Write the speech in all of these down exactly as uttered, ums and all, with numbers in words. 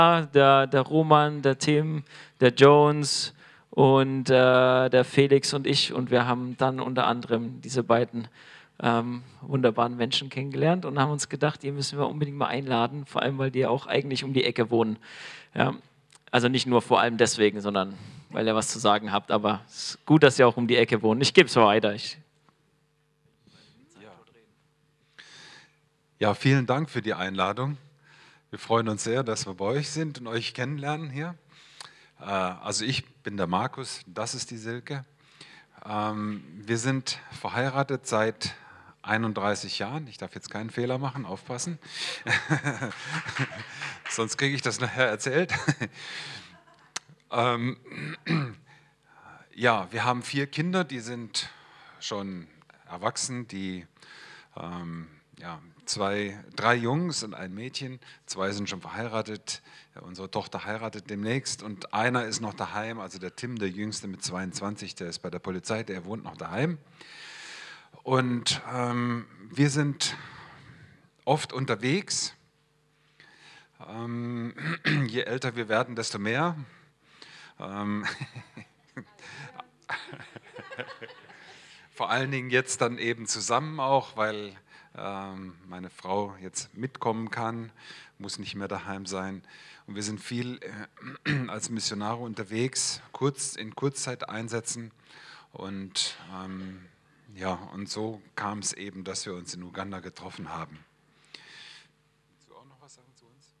der, der Roman, der Tim, der Jones und äh, der Felix und ich. Und wir haben dann unter anderem diese beiden ähm, wunderbaren Menschen kennengelernt und haben uns gedacht, die müssen wir unbedingt mal einladen, vor allem, weil die ja auch eigentlich um die Ecke wohnen. Ja. Also nicht nur vor allem deswegen, sondern weil ihr was zu sagen habt, aber es ist gut, dass ihr auch um die Ecke wohnt. Ich gebe es weiter. Ich ja. ja, vielen Dank für die Einladung. Wir freuen uns sehr, dass wir bei euch sind und euch kennenlernen hier. Also ich bin der Markus, das ist die Silke. Wir sind verheiratet seit einunddreißig Jahren. Ich darf jetzt keinen Fehler machen, aufpassen. Sonst kriege ich das nachher erzählt. ähm, ja, wir haben vier Kinder, die sind schon erwachsen, die ähm, ja, zwei, drei Jungs und ein Mädchen, zwei sind schon verheiratet, unsere Tochter heiratet demnächst und einer ist noch daheim, also der Tim, der Jüngste mit zweiundzwanzig, der ist bei der Polizei, der wohnt noch daheim. Und ähm, wir sind oft unterwegs. Ähm, je älter wir werden, desto mehr. Ähm, Vor allen Dingen jetzt dann eben zusammen auch, weil ähm, meine Frau jetzt mitkommen kann, muss nicht mehr daheim sein. Und wir sind viel äh, als Missionare unterwegs, kurz, in Kurzzeiteinsätzen. Und ähm, ja, und so kam es eben, dass wir uns in Uganda getroffen haben. Willst du auch noch was sagen zu uns?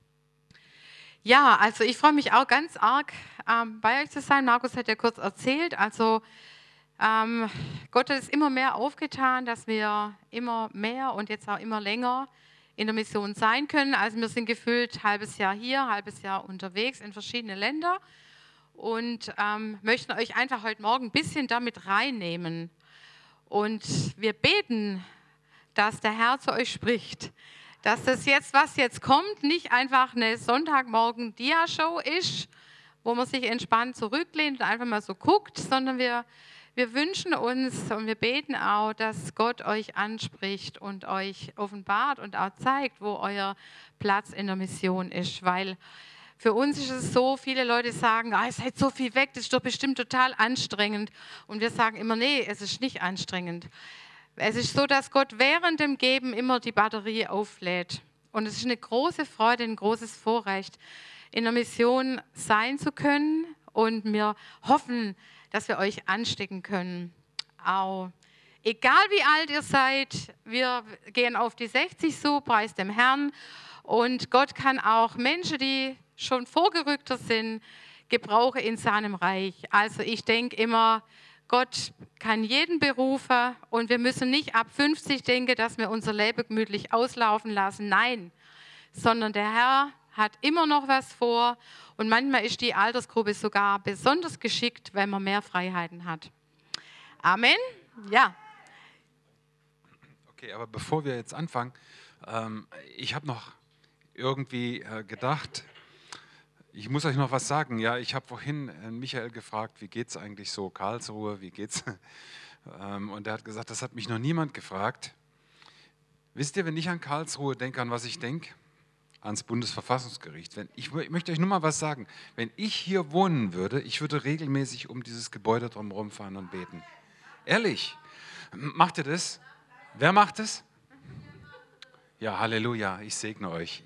Ja, also ich freue mich auch ganz arg, ähm, bei euch zu sein. Markus hat ja kurz erzählt, also ähm, Gott hat es immer mehr aufgetan, dass wir immer mehr und jetzt auch immer länger in der Mission sein können. Also wir sind gefühlt halbes Jahr hier, halbes Jahr unterwegs in verschiedene Länder und ähm, möchten euch einfach heute Morgen ein bisschen damit reinnehmen. Und wir beten, dass der Herr zu euch spricht. Dass das jetzt, was jetzt kommt, nicht einfach eine Sonntagmorgen-Dia-Show ist, wo man sich entspannt zurücklehnt und einfach mal so guckt, sondern wir, wir wünschen uns und wir beten auch, dass Gott euch anspricht und euch offenbart und auch zeigt, wo euer Platz in der Mission ist, weil für uns ist es so, viele Leute sagen, ah, ihr seid so viel weg, das ist doch bestimmt total anstrengend. Und wir sagen immer, nee, es ist nicht anstrengend. Es ist so, dass Gott während dem Geben immer die Batterie auflädt. Und es ist eine große Freude, ein großes Vorrecht, in der Mission sein zu können. Und wir hoffen, dass wir euch anstecken können. Auch egal wie alt ihr seid, wir gehen auf die sechzig zu, preis dem Herrn. Und Gott kann auch Menschen, die schon vorgerückter sind, gebrauchen in seinem Reich. Also ich denke immer, Gott kann jeden berufen und wir müssen nicht ab fünfzig denken, dass wir unser Leben gemütlich auslaufen lassen. Nein, sondern der Herr hat immer noch was vor und manchmal ist die Altersgruppe sogar besonders geschickt, weil man mehr Freiheiten hat. Amen. Ja. Okay, aber bevor wir jetzt anfangen, ähm, ich habe noch irgendwie äh, gedacht, ich muss euch noch was sagen. Ja, ich habe vorhin äh, Michael gefragt, wie geht es eigentlich so, Karlsruhe, wie geht's? ähm, und er hat gesagt, das hat mich noch niemand gefragt. Wisst ihr, wenn ich an Karlsruhe denke, an was ich denke? Ans Bundesverfassungsgericht. Wenn, ich, ich möchte euch nur mal was sagen. Wenn ich hier wohnen würde, ich würde regelmäßig um dieses Gebäude drumherum fahren und beten. Ehrlich, macht ihr das? Wer macht es? Ja, Halleluja, ich segne euch.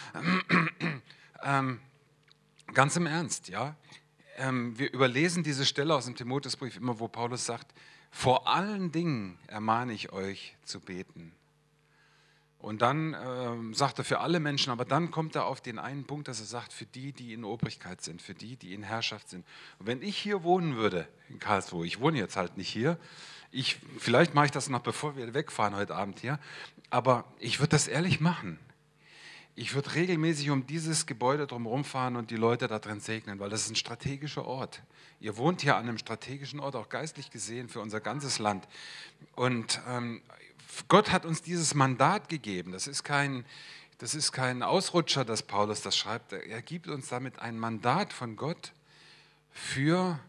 ähm, Ganz im Ernst, ja. Ähm, wir überlesen diese Stelle aus dem Timotheusbrief immer, wo Paulus sagt, vor allen Dingen ermahne ich euch zu beten. Und dann ähm, sagt er für alle Menschen, aber dann kommt er auf den einen Punkt, dass er sagt, für die, die in Obrigkeit sind, für die, die in Herrschaft sind. Und wenn ich hier wohnen würde, in Karlsruhe, ich wohne jetzt halt nicht hier, ich, vielleicht mache ich das noch, bevor wir wegfahren heute Abend hier, aber ich würde das ehrlich machen. Ich würde regelmäßig um dieses Gebäude drumherum fahren und die Leute da drin segnen, weil das ist ein strategischer Ort. Ihr wohnt hier an einem strategischen Ort, auch geistlich gesehen, für unser ganzes Land. Und ähm, Gott hat uns dieses Mandat gegeben. Das ist kein, das ist kein Ausrutscher, dass Paulus das schreibt. Er gibt uns damit ein Mandat von Gott für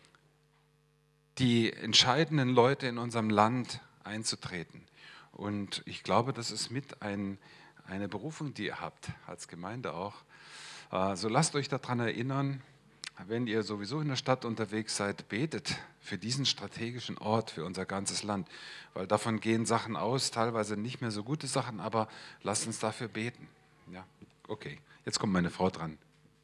die entscheidenden Leute in unserem Land einzutreten. Und ich glaube, das ist mit ein eine Berufung, die ihr habt, als Gemeinde auch, Also lasst euch daran erinnern, wenn ihr sowieso in der Stadt unterwegs seid, betet für diesen strategischen Ort, für unser ganzes Land. Weil davon gehen Sachen aus, teilweise nicht mehr so gute Sachen, aber lasst uns dafür beten. Ja, okay, jetzt kommt meine Frau dran.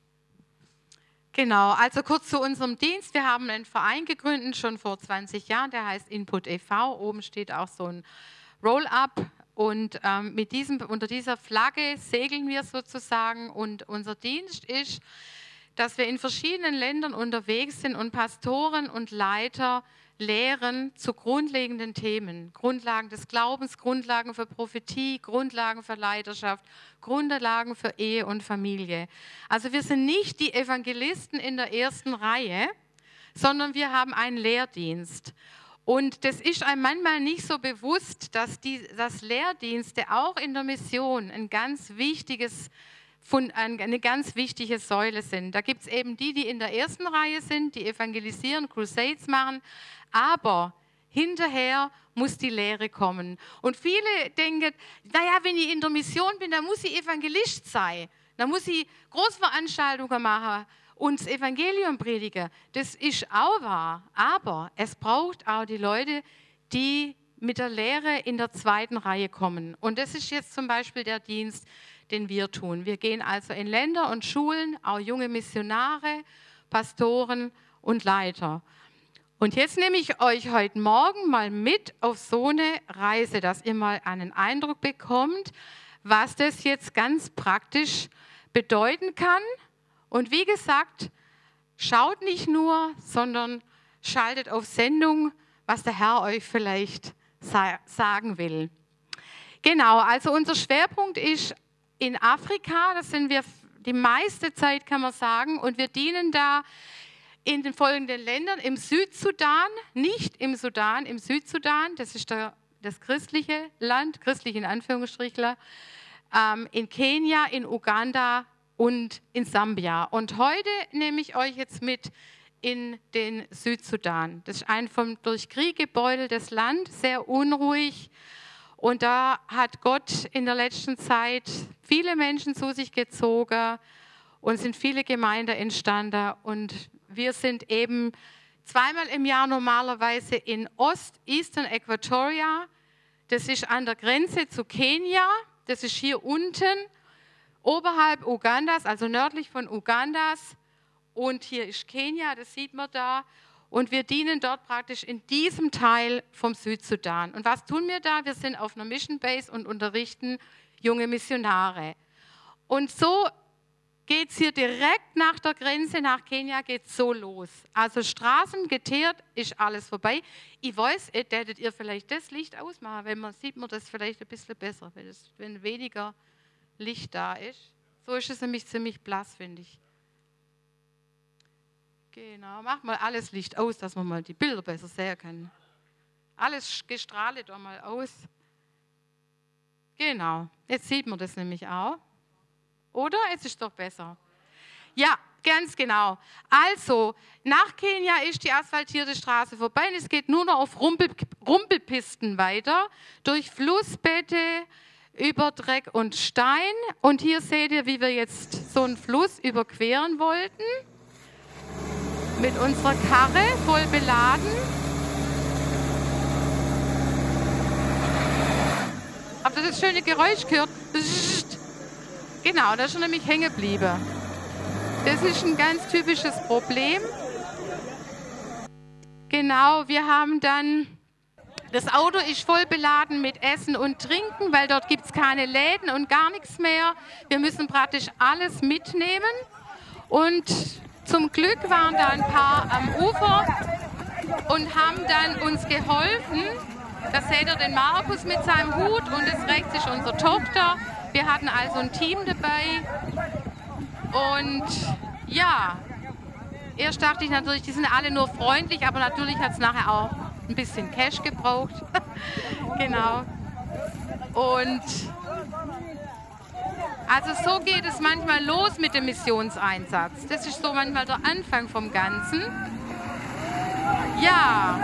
Genau, also kurz zu unserem Dienst. Wir haben einen Verein gegründet, schon vor zwanzig Jahren, der heißt Input e V. Oben steht auch so ein Roll-up und ähm, mit diesem, unter dieser Flagge segeln wir sozusagen und unser Dienst ist, dass wir in verschiedenen Ländern unterwegs sind und Pastoren und Leiter lehren zu grundlegenden Themen. Grundlagen des Glaubens, Grundlagen für Prophetie, Grundlagen für Leiterschaft, Grundlagen für Ehe und Familie. Also wir sind nicht die Evangelisten in der ersten Reihe, sondern wir haben einen Lehrdienst. Und das ist einem manchmal nicht so bewusst, dass, die, dass Lehrdienste auch in der Mission ein ganz wichtiges Von, eine ganz wichtige Säule sind. Da gibt es eben die, die in der ersten Reihe sind, die evangelisieren, Crusades machen, aber hinterher muss die Lehre kommen. Und viele denken, naja, wenn ich in der Mission bin, dann muss ich Evangelist sein, dann muss ich Großveranstaltungen machen und das Evangelium predigen. Das ist auch wahr, aber es braucht auch die Leute, die mit der Lehre in der zweiten Reihe kommen. Und das ist jetzt zum Beispiel der Dienst, den wir tun. Wir gehen also in Länder und Schulen, auch junge Missionare, Pastoren und Leiter. Und jetzt nehme ich euch heute Morgen mal mit auf so eine Reise, dass ihr mal einen Eindruck bekommt, was das jetzt ganz praktisch bedeuten kann. Und wie gesagt, schaut nicht nur, sondern schaltet auf Sendung, was der Herr euch vielleicht sa- sagen will. Genau, also unser Schwerpunkt ist in Afrika, das sind wir die meiste Zeit, kann man sagen, und wir dienen da in den folgenden Ländern, im Südsudan, nicht im Sudan, im Südsudan, das ist der, das christliche Land, christlich in Anführungsstrichen, ähm, in Kenia, in Uganda und in Sambia. Und heute nehme ich euch jetzt mit in den Südsudan. Das ist ein vom durch Krieg gebeuteltes Land, sehr unruhig. Und da hat Gott in der letzten Zeit viele Menschen zu sich gezogen und sind viele Gemeinden entstanden. Und wir sind eben zweimal im Jahr normalerweise in Ost-Eastern Equatoria. Das ist an der Grenze zu Kenia. Das ist hier unten, oberhalb Ugandas, also nördlich von Ugandas. Und hier ist Kenia, das sieht man da. Und wir dienen dort praktisch in diesem Teil vom Südsudan. Und was tun wir da? Wir sind auf einer Mission Base und unterrichten junge Missionare. Und so geht es hier direkt nach der Grenze nach Kenia geht's so los. Also Straßen geteert, ist alles vorbei. Ich weiß, hättet ihr vielleicht das Licht ausmachen, wenn man sieht man das vielleicht ein bisschen besser, wenn, es, wenn weniger Licht da ist. So ist es nämlich ziemlich blass, finde ich. Genau, mach mal alles Licht aus, dass man mal die Bilder besser sehen kann. Alles gestrahlt doch mal aus. Genau, jetzt sieht man das nämlich auch. Oder? Jetzt ist es doch besser. Ja, ganz genau. Also, nach Kenia ist die asphaltierte Straße vorbei und es geht nur noch auf Rumpel, Rumpelpisten weiter, durch Flussbette, über Dreck und Stein. Und hier seht ihr, wie wir jetzt so einen Fluss überqueren wollten. Mit unserer Karre voll beladen. Habt ihr das schöne Geräusch gehört? Genau, da ist schon nämlich hängen geblieben. Das ist ein ganz typisches Problem. Genau, wir haben dann, das Auto ist voll beladen mit Essen und Trinken, weil dort gibt es keine Läden und gar nichts mehr. Wir müssen praktisch alles mitnehmen und zum Glück waren da ein paar am Ufer und haben dann uns geholfen. Da seht ihr den Markus mit seinem Hut und das rechts ist unsere Tochter. Wir hatten also ein Team dabei und ja, erst dachte ich natürlich, die sind alle nur freundlich, aber natürlich hat es nachher auch ein bisschen Cash gebraucht. Genau. Und also so geht es manchmal los mit dem Missionseinsatz. Das ist so manchmal der Anfang vom Ganzen. Ja.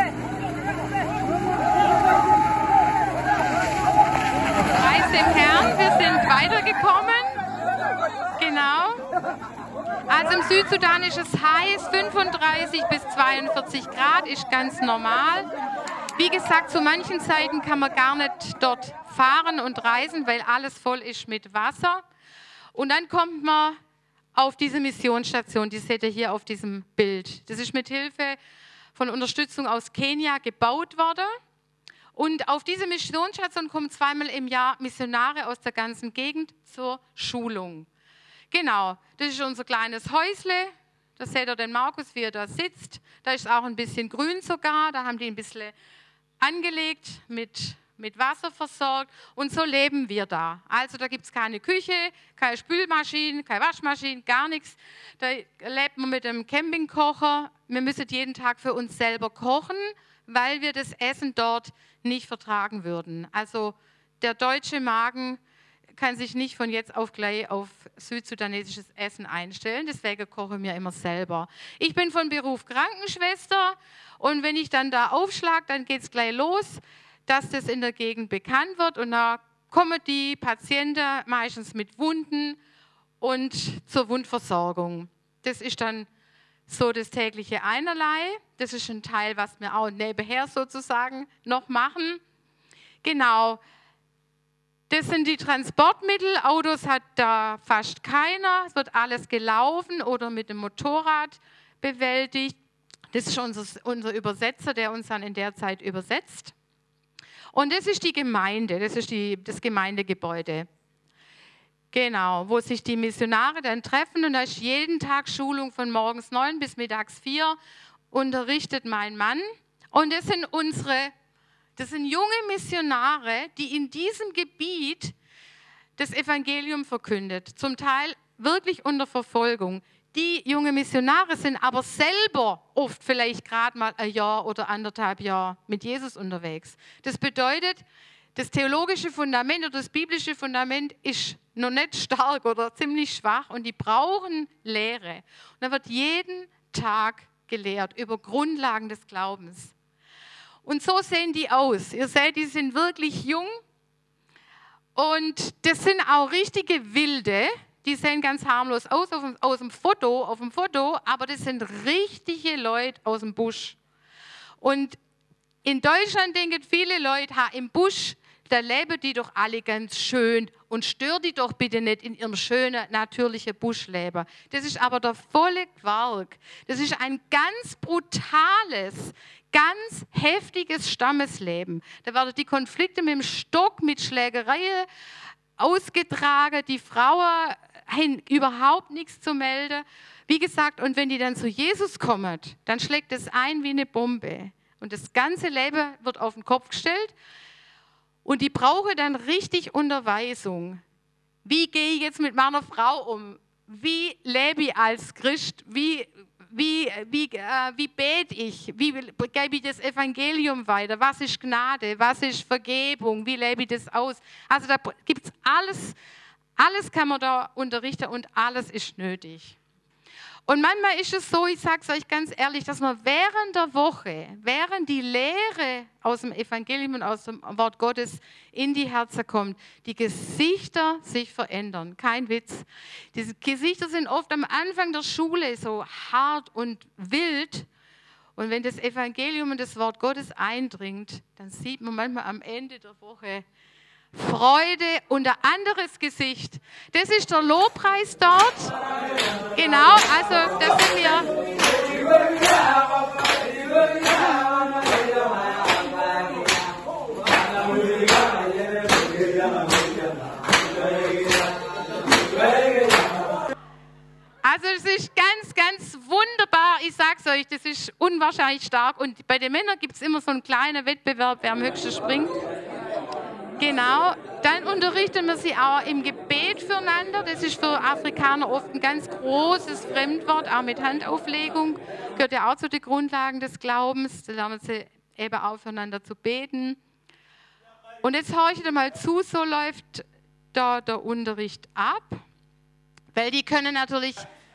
Preis dem Herrn, wir sind weitergekommen. Genau. Also im Südsudan ist es heiß, fünfunddreißig bis zweiundvierzig Grad ist ganz normal. Wie gesagt, zu manchen Zeiten kann man gar nicht dort fahren und reisen, weil alles voll ist mit Wasser. Und dann kommt man auf diese Missionsstation, die seht ihr hier auf diesem Bild. Das ist mit Hilfe von Unterstützung aus Kenia gebaut worden. Und auf diese Missionsstation kommen zweimal im Jahr Missionare aus der ganzen Gegend zur Schulung. Genau, das ist unser kleines Häusle. Da seht ihr den Markus, wie er da sitzt. Da ist auch ein bisschen grün sogar. Da haben die ein bisschen angelegt, mit, mit Wasser versorgt. Und so leben wir da. Also da gibt es keine Küche, keine Spülmaschinen, keine Waschmaschinen, gar nichts. Da lebt man mit einem Campingkocher. Wir müssen jeden Tag für uns selber kochen, weil wir das Essen dort nicht vertragen würden. Also der deutsche Magen kann sich nicht von jetzt auf gleich auf südsudanesisches Essen einstellen. Deswegen koche ich mir immer selber. Ich bin von Beruf Krankenschwester und wenn ich dann da aufschlage, dann geht es gleich los, dass das in der Gegend bekannt wird und da kommen die Patienten meistens mit Wunden und zur Wundversorgung. Das ist dann so das tägliche Einerlei. Das ist ein Teil, was wir auch nebenher sozusagen noch machen. Genau. Das sind die Transportmittel. Autos hat da fast keiner. Es wird alles gelaufen oder mit dem Motorrad bewältigt. Das ist unser, unser Übersetzer, der uns dann in der Zeit übersetzt. Und das ist die Gemeinde, das ist die, das Gemeindegebäude. Genau, wo sich die Missionare dann treffen und da ist jeden Tag Schulung von morgens neun bis mittags vier, unterrichtet mein Mann. Und das sind unsere Das sind junge Missionare, die in diesem Gebiet das Evangelium verkündet, zum Teil wirklich unter Verfolgung. Die junge Missionare sind aber selber oft vielleicht gerade mal ein Jahr oder anderthalb Jahre mit Jesus unterwegs. Das bedeutet, das theologische Fundament oder das biblische Fundament ist noch nicht stark oder ziemlich schwach und die brauchen Lehre. Und da wird jeden Tag gelehrt über Grundlagen des Glaubens. Und so sehen die aus. Ihr seht, die sind wirklich jung und das sind auch richtige Wilde. Die sehen ganz harmlos aus auf dem, aus dem Foto, auf dem Foto, aber das sind richtige Leute aus dem Busch. Und in Deutschland denken viele Leute, ha, im Busch, da leben die doch alle ganz schön und stört die doch bitte nicht in ihrem schönen, natürlichen Buschleben. Das ist aber der volle Quark. Das ist ein ganz brutales, ganz heftiges Stammesleben. Da werden die Konflikte mit dem Stock, mit Schlägereien ausgetragen. Die Frauen haben überhaupt nichts zu melden. Wie gesagt, und wenn die dann zu Jesus kommen, dann schlägt es ein wie eine Bombe. Und das ganze Leben wird auf den Kopf gestellt. Und die brauchen dann richtig Unterweisung. Wie gehe ich jetzt mit meiner Frau um? Wie lebe ich als Christ? Wie, wie, wie, äh, wie bete ich? Wie gebe ich das Evangelium weiter? Was ist Gnade? Was ist Vergebung? Wie lebe ich das aus? Also da gibt es alles, alles kann man da unterrichten und alles ist nötig. Und manchmal ist es so, ich sage es euch ganz ehrlich, dass man während der Woche, während die Lehre aus dem Evangelium und aus dem Wort Gottes in die Herzen kommt, die Gesichter sich verändern. Kein Witz. Diese Gesichter sind oft am Anfang der Schule so hart und wild. Und wenn das Evangelium und das Wort Gottes eindringt, dann sieht man manchmal am Ende der Woche Freude und ein anderes Gesicht. Das ist der Lobpreis dort. Genau, also das sind wir. Also es ist ganz, ganz wunderbar. Ich sag's euch, das ist unwahrscheinlich stark. Und bei den Männern gibt es immer so einen kleinen Wettbewerb, wer am höchsten springt. Genau, dann unterrichten wir sie auch im Gebet füreinander. Das ist für Afrikaner oft ein ganz großes Fremdwort, auch mit Handauflegung. Gehört ja auch zu den Grundlagen des Glaubens. Da lernen sie eben auch füreinander zu beten. Und jetzt horcht mal zu, so läuft da der Unterricht ab. Weil die können natürlich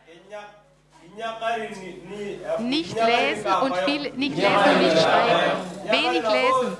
nicht lesen und viel, nicht lesen und nicht schreiben. Wenig lesen.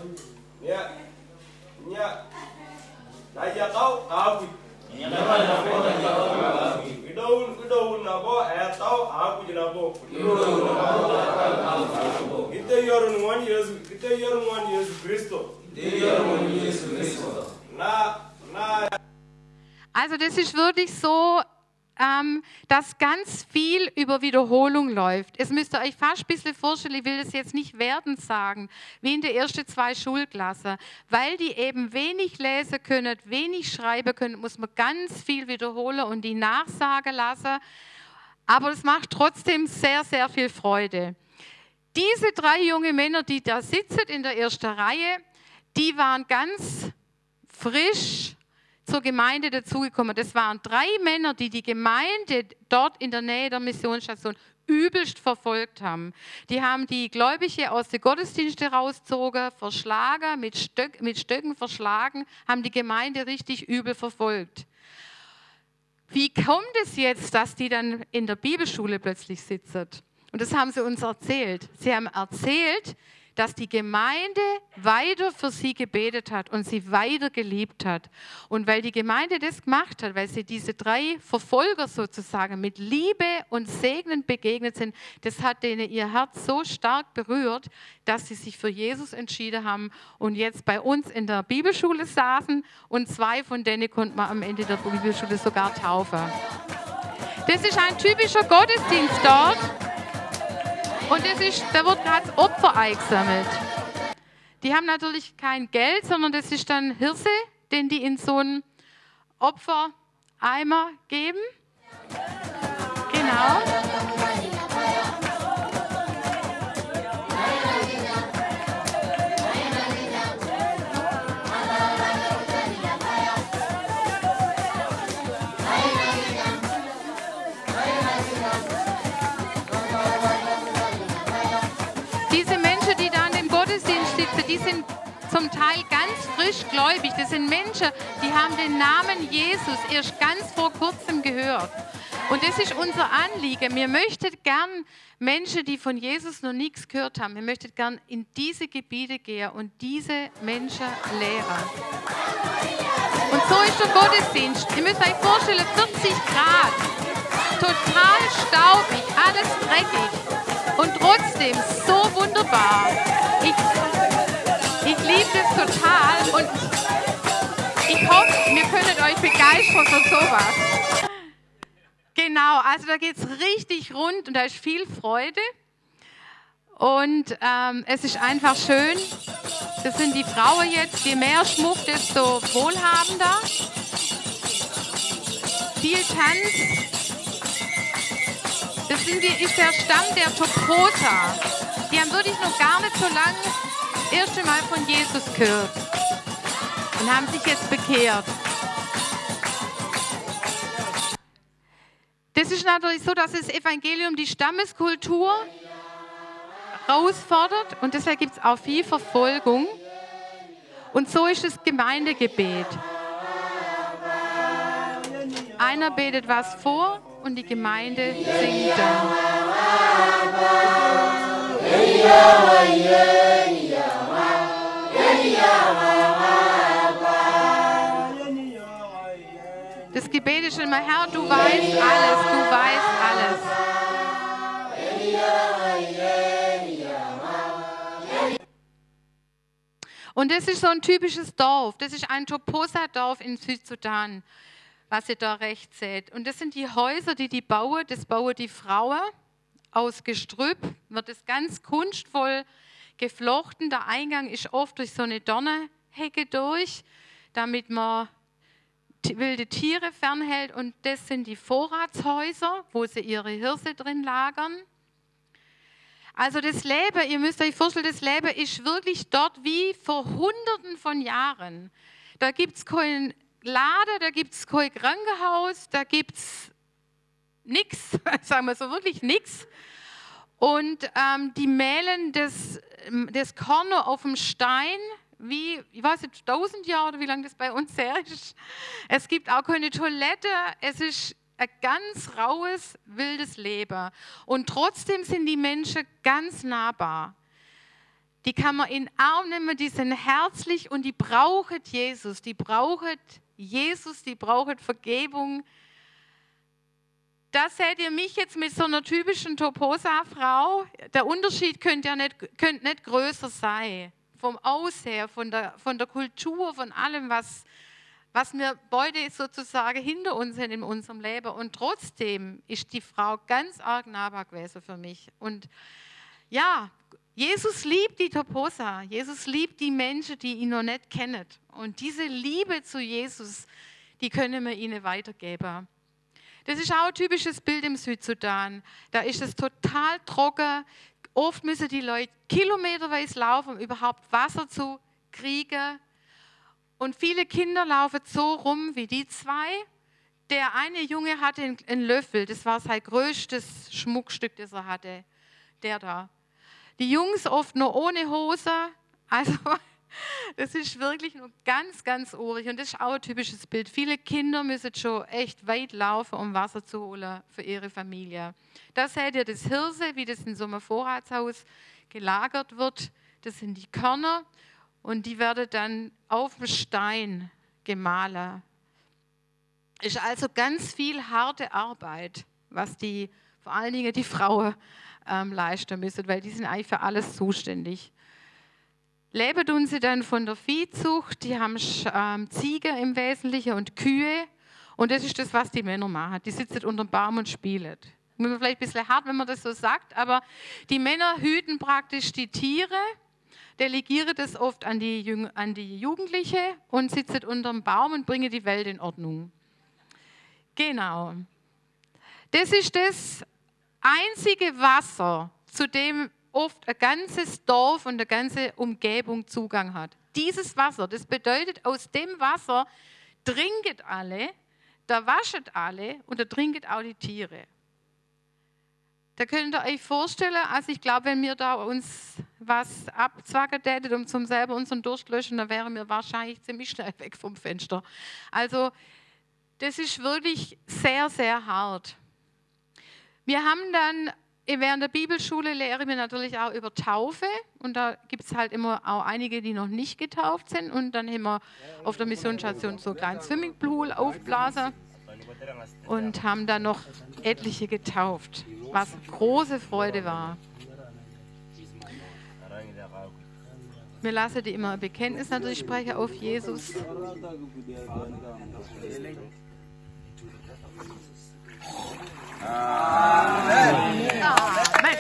Also das ist wirklich so, ähm, dass ganz viel über Wiederholung läuft. Es müsst ihr euch fast ein bisschen vorstellen, ich will das jetzt nicht wertend sagen, wie in der ersten zwei Schulklassen. Weil die eben wenig lesen können, wenig schreiben können, muss man ganz viel wiederholen und die nachsagen lassen. Aber es macht trotzdem sehr, sehr viel Freude. Diese drei junge Männer, die da sitzen in der ersten Reihe, die waren ganz frisch zur Gemeinde dazugekommen. Das waren drei Männer, die die Gemeinde dort in der Nähe der Missionsstation übelst verfolgt haben. Die haben die Gläubigen aus den Gottesdiensten rausgezogen, verschlagen, mit, Stöck, mit Stöcken verschlagen, haben die Gemeinde richtig übel verfolgt. Wie kommt es jetzt, dass die dann in der Bibelschule plötzlich sitzen? Und das haben sie uns erzählt. Sie haben erzählt, dass die Gemeinde weiter für sie gebetet hat und sie weiter geliebt hat. Und weil die Gemeinde das gemacht hat, weil sie diese drei Verfolger sozusagen mit Liebe und Segnen begegnet sind, das hat denen ihr Herz so stark berührt, dass sie sich für Jesus entschieden haben und jetzt bei uns in der Bibelschule saßen und zwei von denen konnte man am Ende der Bibelschule sogar taufen. Das ist ein typischer Gottesdienst dort. Und das ist, da wird gerade das Opfer eingesammelt. Die haben natürlich kein Geld, sondern das ist dann Hirse, den die in so einen Opfereimer geben. Genau. Die sind zum Teil ganz frisch gläubig. Das sind Menschen, die haben den Namen Jesus erst ganz vor kurzem gehört. Und das ist unser Anliegen. Wir möchten gern Menschen, die von Jesus noch nichts gehört haben, wir möchten gern in diese Gebiete gehen und diese Menschen lehren. Und so ist der Gottesdienst. Ihr müsst euch vorstellen, vierzig Grad, total staubig, alles dreckig und trotzdem so wunderbar. Ich Ich liebe das total und ich hoffe, wir können euch begeistern für sowas. Genau, also da geht es richtig rund und da ist viel Freude und ähm, es ist einfach schön. Das sind die Frauen jetzt, je mehr Schmuck, desto wohlhabender. Viel Tanz. Das sind die, ist der Stamm der Toprota. Die haben wirklich noch gar nicht so lange das erste Mal von Jesus gehört und haben sich jetzt bekehrt. Das ist natürlich so, dass das Evangelium die Stammeskultur herausfordert und deshalb gibt es auch viel Verfolgung. Und so ist das Gemeindegebet. Einer betet was vor und die Gemeinde singt dann. Das Gebet ist immer, Herr, du weißt alles, du weißt alles. Und das ist so ein typisches Dorf. Das ist ein Toposa-Dorf in Südsudan, was ihr da rechts seht. Und das sind die Häuser, die die bauen. Das bauen die Frauen aus Gestrüpp. Wird es ganz kunstvoll geflochten. Der Eingang ist oft durch so eine Dornenhecke durch, damit man wilde Tiere fernhält. Und das sind die Vorratshäuser, wo sie ihre Hirse drin lagern. Also das Leben, ihr müsst euch vorstellen, das Leben ist wirklich dort wie vor Hunderten von Jahren. Da gibt es keinen Laden, da gibt es kein Krankenhaus, da gibt es nichts, sagen wir so, wirklich nichts. Und ähm, die mählen das, das Korn auf dem Stein, wie, ich weiß nicht, tausend Jahre oder wie lange das bei uns her ist. Es gibt auch keine Toilette, es ist ein ganz raues, wildes Leben. Und trotzdem sind die Menschen ganz nahbar. Die kann man in den Arm nehmen, die sind herzlich und die brauchen Jesus. Die brauchen Jesus, die brauchen Vergebung. da seht ihr mich jetzt mit so einer typischen Toposa-Frau. Der Unterschied könnte ja nicht, könnte nicht größer sein. Vom Aussehen, von der, von der Kultur, von allem, was, was wir beide sozusagen hinter uns sind in unserem Leben. Und trotzdem ist die Frau ganz arg nahbar gewesen für mich. Und ja, Jesus liebt die Toposa. Jesus liebt die Menschen, die ihn noch nicht kennen. Und diese Liebe zu Jesus, die können wir ihnen weitergeben. Das ist auch ein typisches Bild im Südsudan. Da ist es total trocken. Oft müssen die Leute kilometerweise laufen, um überhaupt Wasser zu kriegen. Und viele Kinder laufen so rum wie die zwei. Der eine Junge hatte einen Löffel, das war sein größtes Schmuckstück, das er hatte. Der da. Die Jungs oft nur ohne Hose. Also das ist wirklich nur ganz, ganz urig. Und das ist auch ein typisches Bild. Viele Kinder müssen schon echt weit laufen, um Wasser zu holen für ihre Familie. Da seht ihr das Hirse, wie das in so einem Vorratshaus gelagert wird. Das sind die Körner und die werden dann auf dem Stein gemahlen. Ist also ganz viel harte Arbeit, was die, vor allen Dingen die Frauen ähm, leisten müssen, weil die sind eigentlich für alles zuständig. Leben tun sie dann von der Viehzucht, die haben ähm, Ziegen im Wesentlichen und Kühe und das ist das, was die Männer machen. Die sitzen unter dem Baum und spielen. Das ist vielleicht ein bisschen hart, wenn man das so sagt, aber die Männer hüten praktisch die Tiere, delegieren das oft an die, Jüng an die Jugendliche und sitzen unter dem Baum und bringen die Welt in Ordnung. Genau. Das ist das einzige Wasser, zu dem oft ein ganzes Dorf und eine ganze Umgebung Zugang hat. Dieses Wasser, das bedeutet, aus dem Wasser trinken alle, da waschen alle und da trinken auch die Tiere. Da könnt ihr euch vorstellen, also ich glaube, wenn wir da uns was abzwacken täten, um zum selber unseren Durst löschen, dann wären wir wahrscheinlich ziemlich schnell weg vom Fenster. Also das ist wirklich sehr, sehr hart. Wir haben dann während der Bibelschule lehren wir natürlich auch über Taufe und da gibt es halt immer auch einige, die noch nicht getauft sind und dann haben wir auf der Missionsstation so einen kleinen Swimmingpool aufblasen und haben dann noch etliche getauft, was große Freude war. Wir lassen die immer ein Bekenntnis natürlich sprechen auf Jesus. Amen. Amen.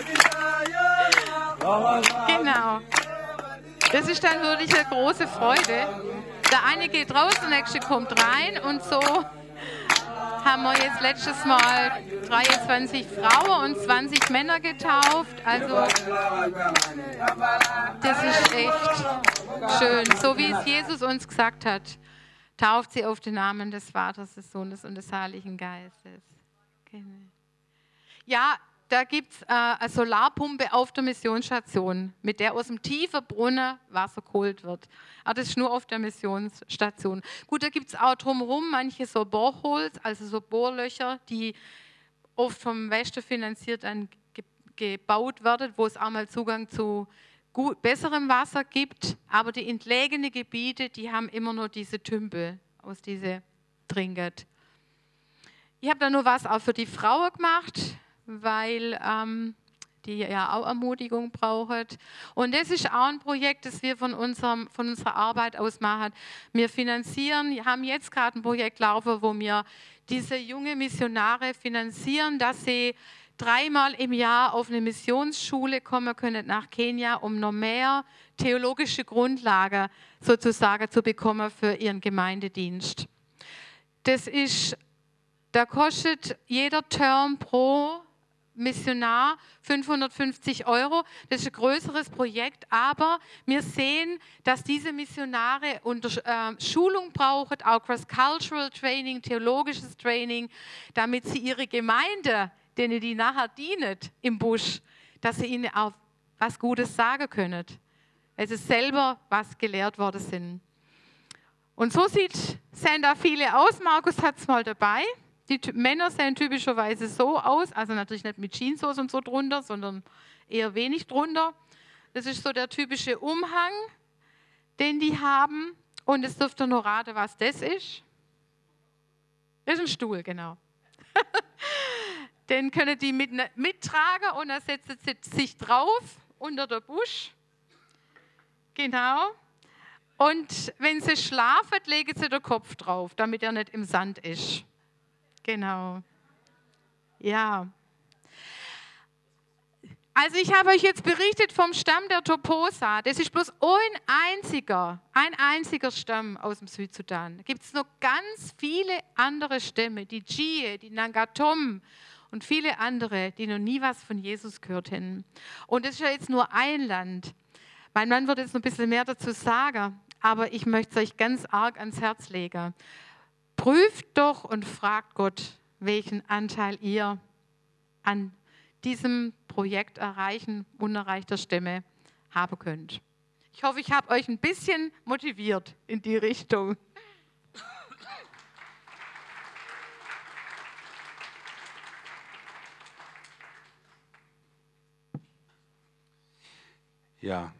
Genau. Das ist dann wirklich eine große Freude. Der eine geht raus, der nächste kommt rein und so haben wir jetzt letztes Mal dreiundzwanzig Frauen und zwanzig Männer getauft. Also das ist echt schön. So wie es Jesus uns gesagt hat, tauft sie auf den Namen des Vaters, des Sohnes und des Heiligen Geistes. Ja, da gibt es äh, eine Solarpumpe auf der Missionsstation, mit der aus dem tiefen Brunnen Wasser geholt wird. Aber das ist nur auf der Missionsstation. Gut, da gibt es auch drumherum manche so Boreholes, also so Bohrlöcher, die oft vom Westen finanziert dann ge gebaut werden, wo es auch mal Zugang zu gut, besserem Wasser gibt. Aber die entlegenen Gebiete, die haben immer nur diese Tümpel, aus diese trinket. Ich habe da nur was auch für die Frauen gemacht, weil ähm, die ja auch Ermutigung brauchen. Und das ist auch ein Projekt, das wir von, unserem, von unserer Arbeit aus machen. Wir finanzieren, wir haben jetzt gerade ein Projekt laufen, wo wir diese junge Missionare finanzieren, dass sie dreimal im Jahr auf eine Missionsschule kommen können nach Kenia, um noch mehr theologische Grundlagen sozusagen zu bekommen für ihren Gemeindedienst. Das ist Da kostet jeder Term pro Missionar fünfhundertfünfzig Euro. Das ist ein größeres Projekt, aber wir sehen, dass diese Missionare unter, äh, Schulung brauchen, auch Cross-Cultural Training, theologisches Training, damit sie ihre Gemeinde, denen die nachher dienen im Busch, dass sie ihnen auch was Gutes sagen können. Also selber was gelehrt worden sind. Und so sieht, sehen da viele aus. Markus hat es mal dabei. Die Männer sehen typischerweise so aus, also natürlich nicht mit Jeanshose und so drunter, sondern eher wenig drunter. Das ist so der typische Umhang, den die haben. Und jetzt dürft ihr noch raten, was das ist. Das ist ein Stuhl, genau. Den können die mit, mittragen und dann setzen sie sich drauf unter der Busch. Genau. Und wenn sie schlafen, legen sie den Kopf drauf, damit er nicht im Sand ist. Genau. Ja. Also ich habe euch jetzt berichtet vom Stamm der Toposa. Das ist bloß ein einziger, ein einziger Stamm aus dem Südsudan. Da gibt es noch ganz viele andere Stämme, die Djie, die Nangatom und viele andere, die noch nie was von Jesus gehört haben. Und das ist ja jetzt nur ein Land. Mein Mann wird jetzt noch ein bisschen mehr dazu sagen, aber ich möchte es euch ganz arg ans Herz legen. Prüft doch und fragt Gott, welchen Anteil ihr an diesem Projekt Erreichen unerreichter Stämme haben könnt. Ich hoffe, ich habe euch ein bisschen motiviert in die Richtung. Ja,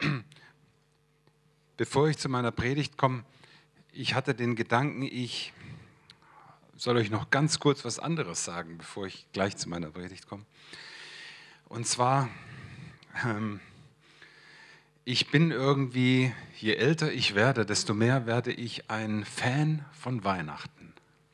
bevor ich zu meiner Predigt komme, ich hatte den Gedanken, ich soll euch noch ganz kurz was anderes sagen, bevor ich gleich zu meiner Predigt komme. Und zwar, ähm, ich bin irgendwie, je älter ich werde, desto mehr werde ich ein Fan von Weihnachten.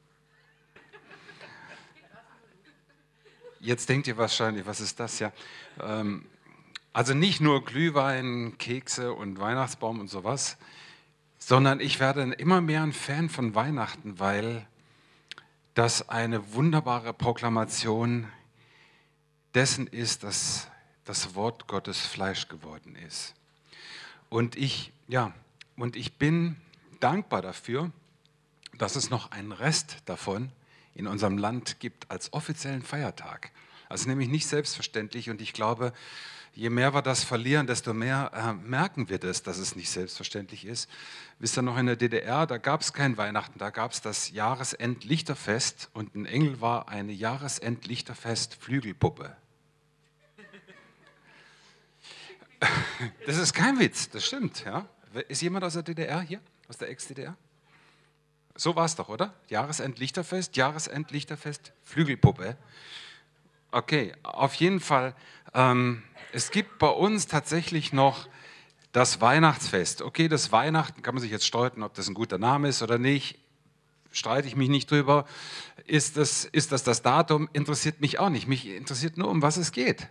Jetzt denkt ihr wahrscheinlich, was ist das ja? Ähm, also nicht nur Glühwein, Kekse und Weihnachtsbaum und sowas, sondern ich werde immer mehr ein Fan von Weihnachten, weil das eine wunderbare Proklamation dessen ist, dass das Wort Gottes Fleisch geworden ist. Und ich, ja, und ich bin dankbar dafür, dass es noch einen Rest davon in unserem Land gibt als offiziellen Feiertag. Also nämlich nicht selbstverständlich, und ich glaube, je mehr wir das verlieren, desto mehr äh, merken wir das, dass es nicht selbstverständlich ist. Wisst ihr noch, in der D D R, da gab es kein Weihnachten, da gab es das Jahresendlichterfest, und ein Engel war eine Jahresendlichterfest-Flügelpuppe. Das ist kein Witz, das stimmt. Ja? Ist jemand aus der D D R hier, aus der Ex-D D R? So war es doch, oder? Jahresendlichterfest, Jahresendlichterfest, Flügelpuppe. Okay, auf jeden Fall. Ähm, es gibt bei uns tatsächlich noch das Weihnachtsfest. Okay, das Weihnachten, kann man sich jetzt streiten, ob das ein guter Name ist oder nicht. Streite ich mich nicht drüber. Ist das ist das, das Datum? Interessiert mich auch nicht. Mich interessiert nur, um was es geht.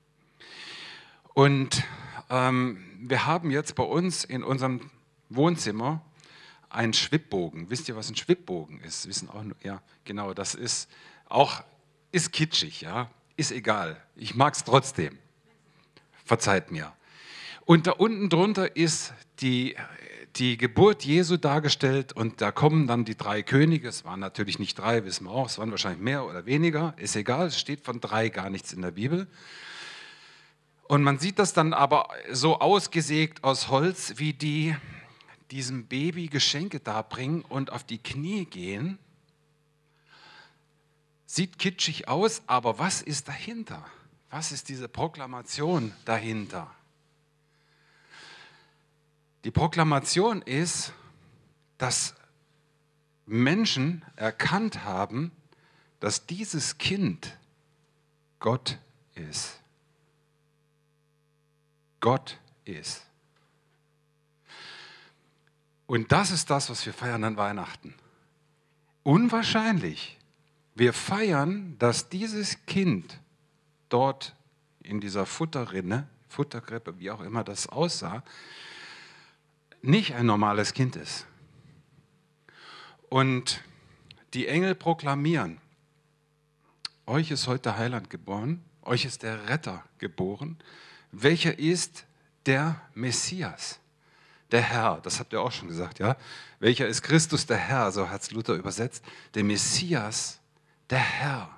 Und ähm, wir haben jetzt bei uns in unserem Wohnzimmer einen Schwibbogen. Wisst ihr, was ein Schwibbogen ist? Wissen auch nur, ja, genau, das ist auch, ist kitschig, ja, ist egal. Ich mag es trotzdem. Verzeiht mir. Und da unten drunter ist die, die Geburt Jesu dargestellt, und da kommen dann die drei Könige. Es waren natürlich nicht drei, wissen wir auch, es waren wahrscheinlich mehr oder weniger, ist egal, es steht von drei gar nichts in der Bibel. Und man sieht das dann aber so ausgesägt aus Holz, wie die diesem Baby Geschenke darbringen und auf die Knie gehen. Sieht kitschig aus, aber was ist dahinter? Was ist diese Proklamation dahinter? Die Proklamation ist, dass Menschen erkannt haben, dass dieses Kind Gott ist. Gott ist. Und das ist das, was wir feiern an Weihnachten. Unwahrscheinlich. Wir feiern, dass dieses Kind dort in dieser Futterrinne, Futterkrippe, wie auch immer das aussah, nicht ein normales Kind ist. Und die Engel proklamieren, euch ist heute Heiland geboren, euch ist der Retter geboren, welcher ist der Messias. Der Herr, das habt ihr auch schon gesagt, ja? Welcher ist Christus, der Herr, so hat es Luther übersetzt. Der Messias, der Herr.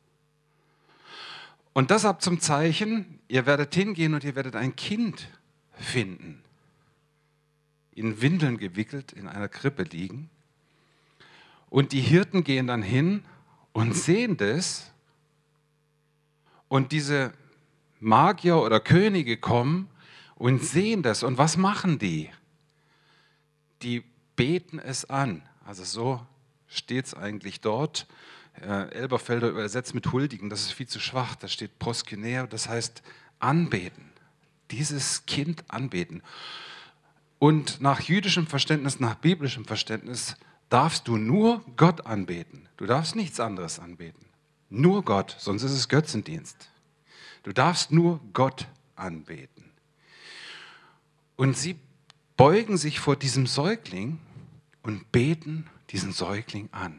Und das ab zum Zeichen, ihr werdet hingehen und ihr werdet ein Kind finden. In Windeln gewickelt, in einer Krippe liegen. Und die Hirten gehen dann hin und sehen das. Und diese Magier oder Könige kommen und sehen das. Und was machen die? Die beten es an. Also so steht es eigentlich dort. Äh, Elberfelder übersetzt mit huldigen, das ist viel zu schwach. Da steht proskyneo, das heißt anbeten. Dieses Kind anbeten. Und nach jüdischem Verständnis, nach biblischem Verständnis darfst du nur Gott anbeten. Du darfst nichts anderes anbeten. Nur Gott, sonst ist es Götzendienst. Du darfst nur Gott anbeten. Und sie beugen sich vor diesem Säugling und beten diesen Säugling an.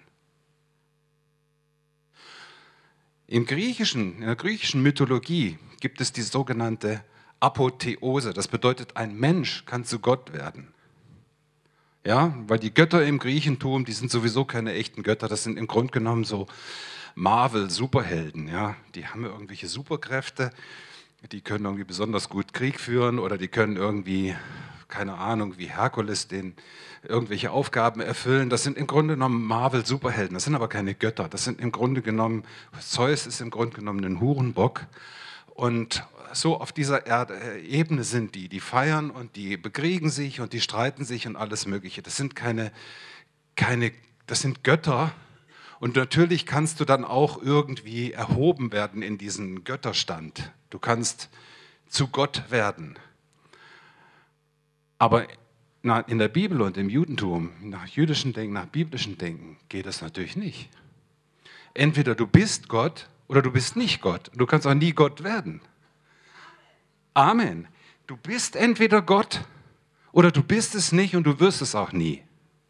Im Griechischen, in der griechischen Mythologie gibt es die sogenannte Apotheose. Das bedeutet, ein Mensch kann zu Gott werden. Ja, weil die Götter im Griechentum, die sind sowieso keine echten Götter, das sind im Grunde genommen so Marvel-Superhelden. Ja, die haben irgendwelche Superkräfte, die können irgendwie besonders gut Krieg führen oder die können irgendwie, keine Ahnung, wie Herkules den irgendwelche Aufgaben erfüllen. Das sind im Grunde genommen Marvel-Superhelden, das sind aber keine Götter. Das sind im Grunde genommen, Zeus ist im Grunde genommen ein Hurenbock. Und so auf dieser Erde, Ebene sind die, die feiern und die bekriegen sich und die streiten sich und alles Mögliche. Das sind keine, keine, das sind Götter. Und natürlich kannst du dann auch irgendwie erhoben werden in diesen Götterstand. Du kannst zu Gott werden. Aber in der Bibel und im Judentum, nach jüdischem Denken, nach biblischem Denken, geht das natürlich nicht. Entweder du bist Gott oder du bist nicht Gott. Du kannst auch nie Gott werden. Amen. Du bist entweder Gott oder du bist es nicht und du wirst es auch nie.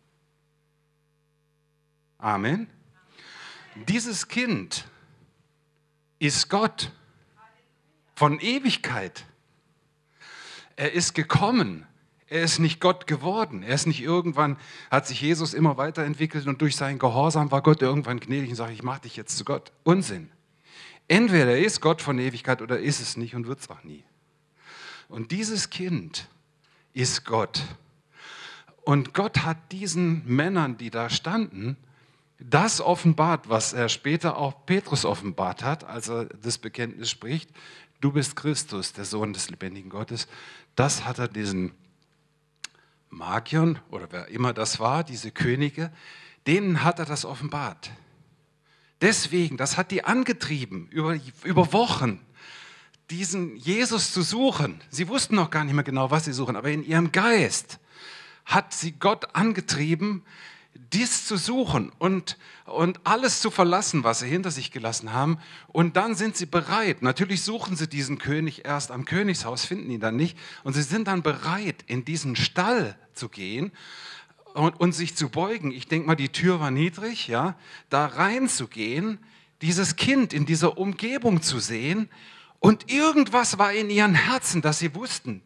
Amen. Dieses Kind ist Gott von Ewigkeit. Er ist gekommen. Er ist nicht Gott geworden. Er ist nicht irgendwann, hat sich Jesus immer weiterentwickelt und durch seinen Gehorsam war Gott irgendwann gnädig und sagt, ich mache dich jetzt zu Gott. Unsinn. Entweder er ist Gott von Ewigkeit oder ist es nicht und wird es auch nie. Und dieses Kind ist Gott. Und Gott hat diesen Männern, die da standen, das offenbart, was er später auch Petrus offenbart hat, als er das Bekenntnis spricht, du bist Christus, der Sohn des lebendigen Gottes. Das hat er diesen Magiern oder wer immer das war, diese Könige, denen hat er das offenbart. Deswegen, das hat die angetrieben, über, über Wochen, diesen Jesus zu suchen. Sie wussten noch gar nicht mehr genau, was sie suchen, aber in ihrem Geist hat sie Gott angetrieben, dies zu suchen und, und alles zu verlassen, was sie hinter sich gelassen haben. Und dann sind sie bereit. Natürlich suchen sie diesen König erst am Königshaus, finden ihn dann nicht. Und sie sind dann bereit, in diesen Stall zu gehen und, und sich zu beugen. Ich denke mal, die Tür war niedrig, ja, da reinzugehen, dieses Kind in dieser Umgebung zu sehen. Und irgendwas war in ihren Herzen, dass sie wussten,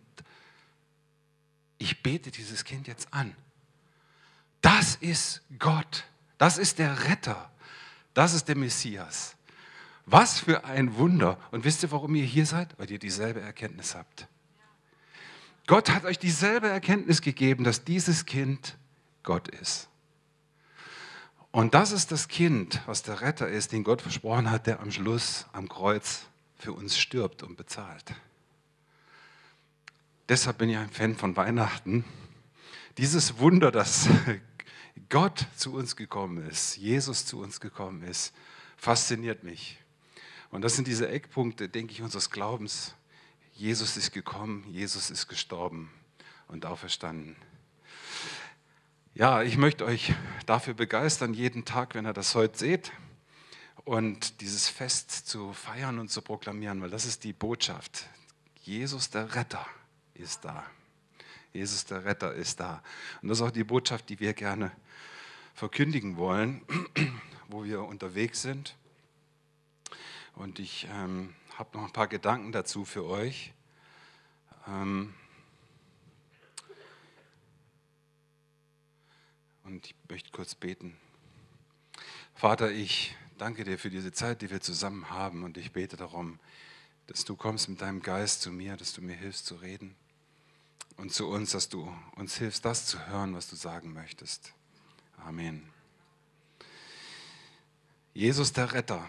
ich bete dieses Kind jetzt an. Das ist Gott, das ist der Retter, das ist der Messias. Was für ein Wunder. Und wisst ihr, warum ihr hier seid? Weil ihr dieselbe Erkenntnis habt. Gott hat euch dieselbe Erkenntnis gegeben, dass dieses Kind Gott ist. Und das ist das Kind, was der Retter ist, den Gott versprochen hat, der am Schluss am Kreuz für uns stirbt und bezahlt. Deshalb bin ich ein Fan von Weihnachten. Dieses Wunder, dass Gott zu uns gekommen ist, Jesus zu uns gekommen ist, fasziniert mich. Und das sind diese Eckpunkte, denke ich, unseres Glaubens. Jesus ist gekommen, Jesus ist gestorben und auferstanden. Ja, ich möchte euch dafür begeistern, jeden Tag, wenn ihr das heute seht, und dieses Fest zu feiern und zu proklamieren, weil das ist die Botschaft. Jesus, der Retter, ist da. Jesus, der Retter, ist da. Und das ist auch die Botschaft, die wir gerne verkündigen wollen, wo wir unterwegs sind. Und ich ähm, habe noch ein paar Gedanken dazu für euch. Ähm und ich möchte kurz beten. Vater, ich danke dir für diese Zeit, die wir zusammen haben. Und ich bete darum, dass du kommst mit deinem Geist zu mir, dass du mir hilfst zu reden. Und zu uns, dass du uns hilfst, das zu hören, was du sagen möchtest. Amen. Jesus, der Retter.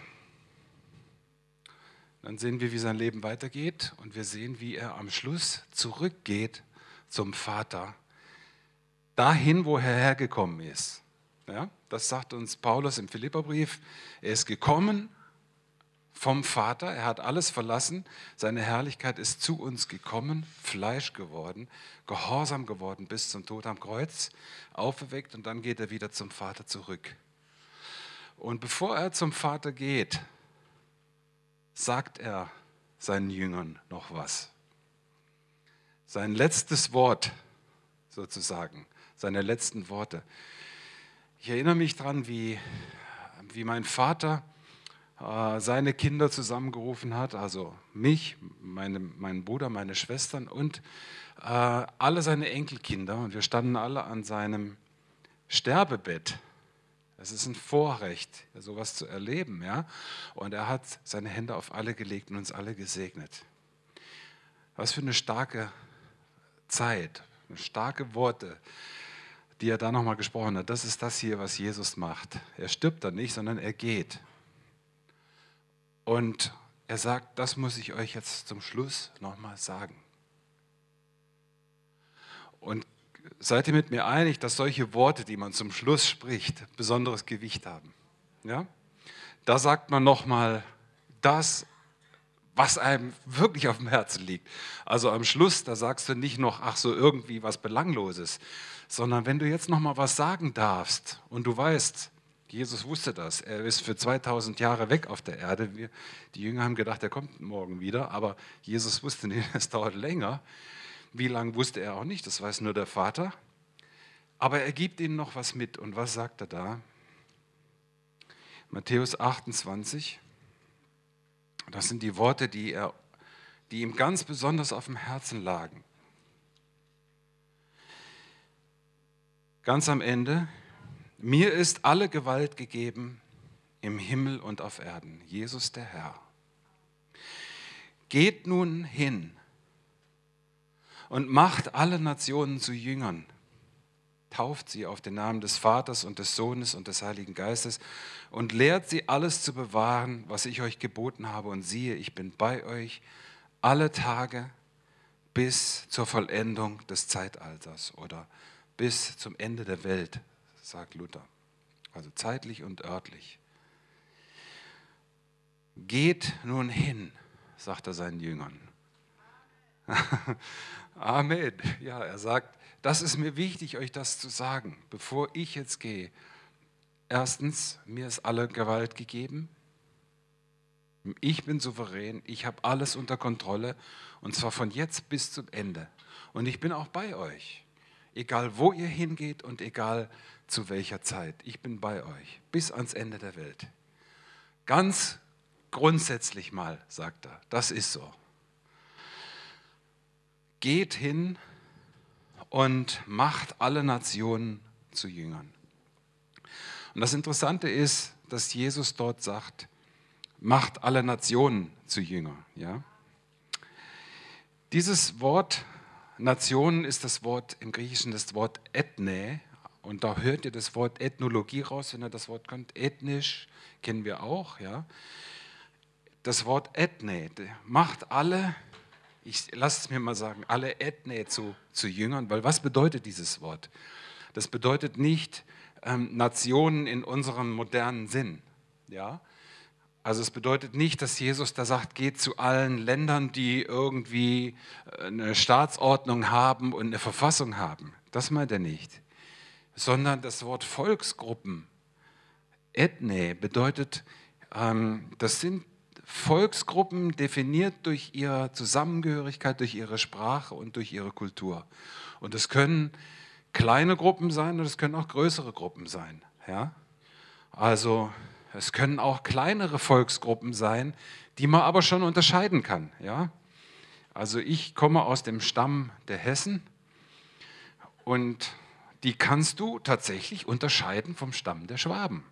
Dann sehen wir, wie sein Leben weitergeht und wir sehen, wie er am Schluss zurückgeht zum Vater, dahin, wo er hergekommen ist. Ja, das sagt uns Paulus im Philipperbrief. Er ist gekommen vom Vater, er hat alles verlassen, seine Herrlichkeit ist zu uns gekommen, Fleisch geworden, gehorsam geworden bis zum Tod am Kreuz, auferweckt und dann geht er wieder zum Vater zurück. Und bevor er zum Vater geht, sagt er seinen Jüngern noch was. Sein letztes Wort sozusagen, seine letzten Worte. Ich erinnere mich daran, wie, wie mein Vater äh, seine Kinder zusammengerufen hat, also mich, meine, meinen Bruder, meine Schwestern und äh, alle seine Enkelkinder. Und wir standen alle an seinem Sterbebett. Es ist ein Vorrecht, sowas zu erleben. Ja? Und er hat seine Hände auf alle gelegt und uns alle gesegnet. Was für eine starke Zeit, starke Worte, die er da nochmal gesprochen hat. Das ist das hier, was Jesus macht. Er stirbt dann nicht, sondern er geht. Und er sagt, das muss ich euch jetzt zum Schluss nochmal sagen. Und seid ihr mit mir einig, dass solche Worte, die man zum Schluss spricht, besonderes Gewicht haben? Ja? Da sagt man nochmal das, was einem wirklich auf dem Herzen liegt. Also am Schluss, da sagst du nicht noch, ach so, irgendwie was Belangloses, sondern wenn du jetzt nochmal was sagen darfst und du weißt, Jesus wusste das, er ist für zweitausend Jahre weg auf der Erde. Wir, die Jünger haben gedacht, er kommt morgen wieder, aber Jesus wusste nicht, es dauert länger. Wie lange wusste er auch nicht, das weiß nur der Vater. Aber er gibt ihnen noch was mit. Und was sagt er da? Matthäus achtundzwanzig. Das sind die Worte, die, er, die ihm ganz besonders auf dem Herzen lagen. Ganz am Ende. Mir ist alle Gewalt gegeben im Himmel und auf Erden. Jesus der Herr. Geht nun hin und macht alle Nationen zu Jüngern. Tauft sie auf den Namen des Vaters und des Sohnes und des Heiligen Geistes und lehrt sie alles zu bewahren, was ich euch geboten habe. Und siehe, ich bin bei euch alle Tage bis zur Vollendung des Zeitalters oder bis zum Ende der Welt, sagt Luther. Also zeitlich und örtlich. Geht nun hin, sagt er seinen Jüngern. Amen. Ja, er sagt, das ist mir wichtig, euch das zu sagen, bevor ich jetzt gehe. Erstens, mir ist alle Gewalt gegeben. Ich bin souverän, ich habe alles unter Kontrolle und zwar von jetzt bis zum Ende. Und ich bin auch bei euch, egal wo ihr hingeht und egal zu welcher Zeit. Ich bin bei euch bis ans Ende der Welt. Ganz grundsätzlich mal, sagt er, das ist so. Geht hin und macht alle Nationen zu Jüngern. Und das Interessante ist, dass Jesus dort sagt, macht alle Nationen zu Jüngern. Ja? Dieses Wort Nationen ist das Wort im Griechischen das Wort Ethne. Und da hört ihr das Wort Ethnologie raus, wenn ihr das Wort könnt. Ethnisch kennen wir auch. Ja? Das Wort Ethne macht alle, ich lasse es mir mal sagen, alle Ethne zu, zu Jüngern, weil was bedeutet dieses Wort? Das bedeutet nicht ähm, Nationen in unserem modernen Sinn. Ja? Also es bedeutet nicht, dass Jesus da sagt, geht zu allen Ländern, die irgendwie eine Staatsordnung haben und eine Verfassung haben. Das meint er nicht. Sondern das Wort Volksgruppen, Ethne, bedeutet, ähm, das sind Volksgruppen definiert durch ihre Zusammengehörigkeit, durch ihre Sprache und durch ihre Kultur. Und es können kleine Gruppen sein und es können auch größere Gruppen sein. Ja? Also es können auch kleinere Volksgruppen sein, die man aber schon unterscheiden kann. Ja? Also ich komme aus dem Stamm der Hessen und die kannst du tatsächlich unterscheiden vom Stamm der Schwaben.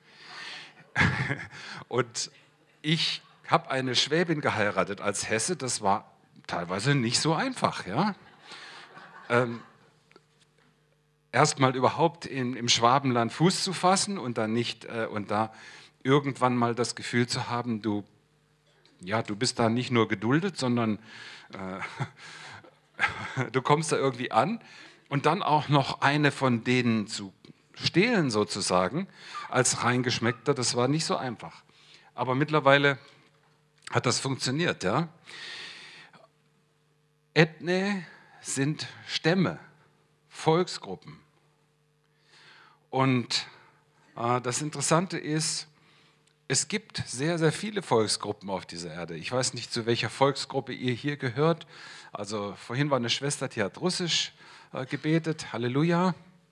Und ich habe eine Schwäbin geheiratet als Hesse, das war teilweise nicht so einfach. Ja? Ähm, Erstmal überhaupt in, im Schwabenland Fuß zu fassen und dann nicht äh, und da irgendwann mal das Gefühl zu haben, du, ja, du bist da nicht nur geduldet, sondern äh, du kommst da irgendwie an und dann auch noch eine von denen zu stehlen sozusagen als Reingeschmeckter. Das war nicht so einfach. Aber mittlerweile hat das funktioniert. Ja? Ethne sind Stämme, Volksgruppen. Und äh, das Interessante ist, es gibt sehr, sehr viele Volksgruppen auf dieser Erde. Ich weiß nicht, zu welcher Volksgruppe ihr hier gehört. Also vorhin war eine Schwester, die hat Russisch äh, gebetet, Halleluja.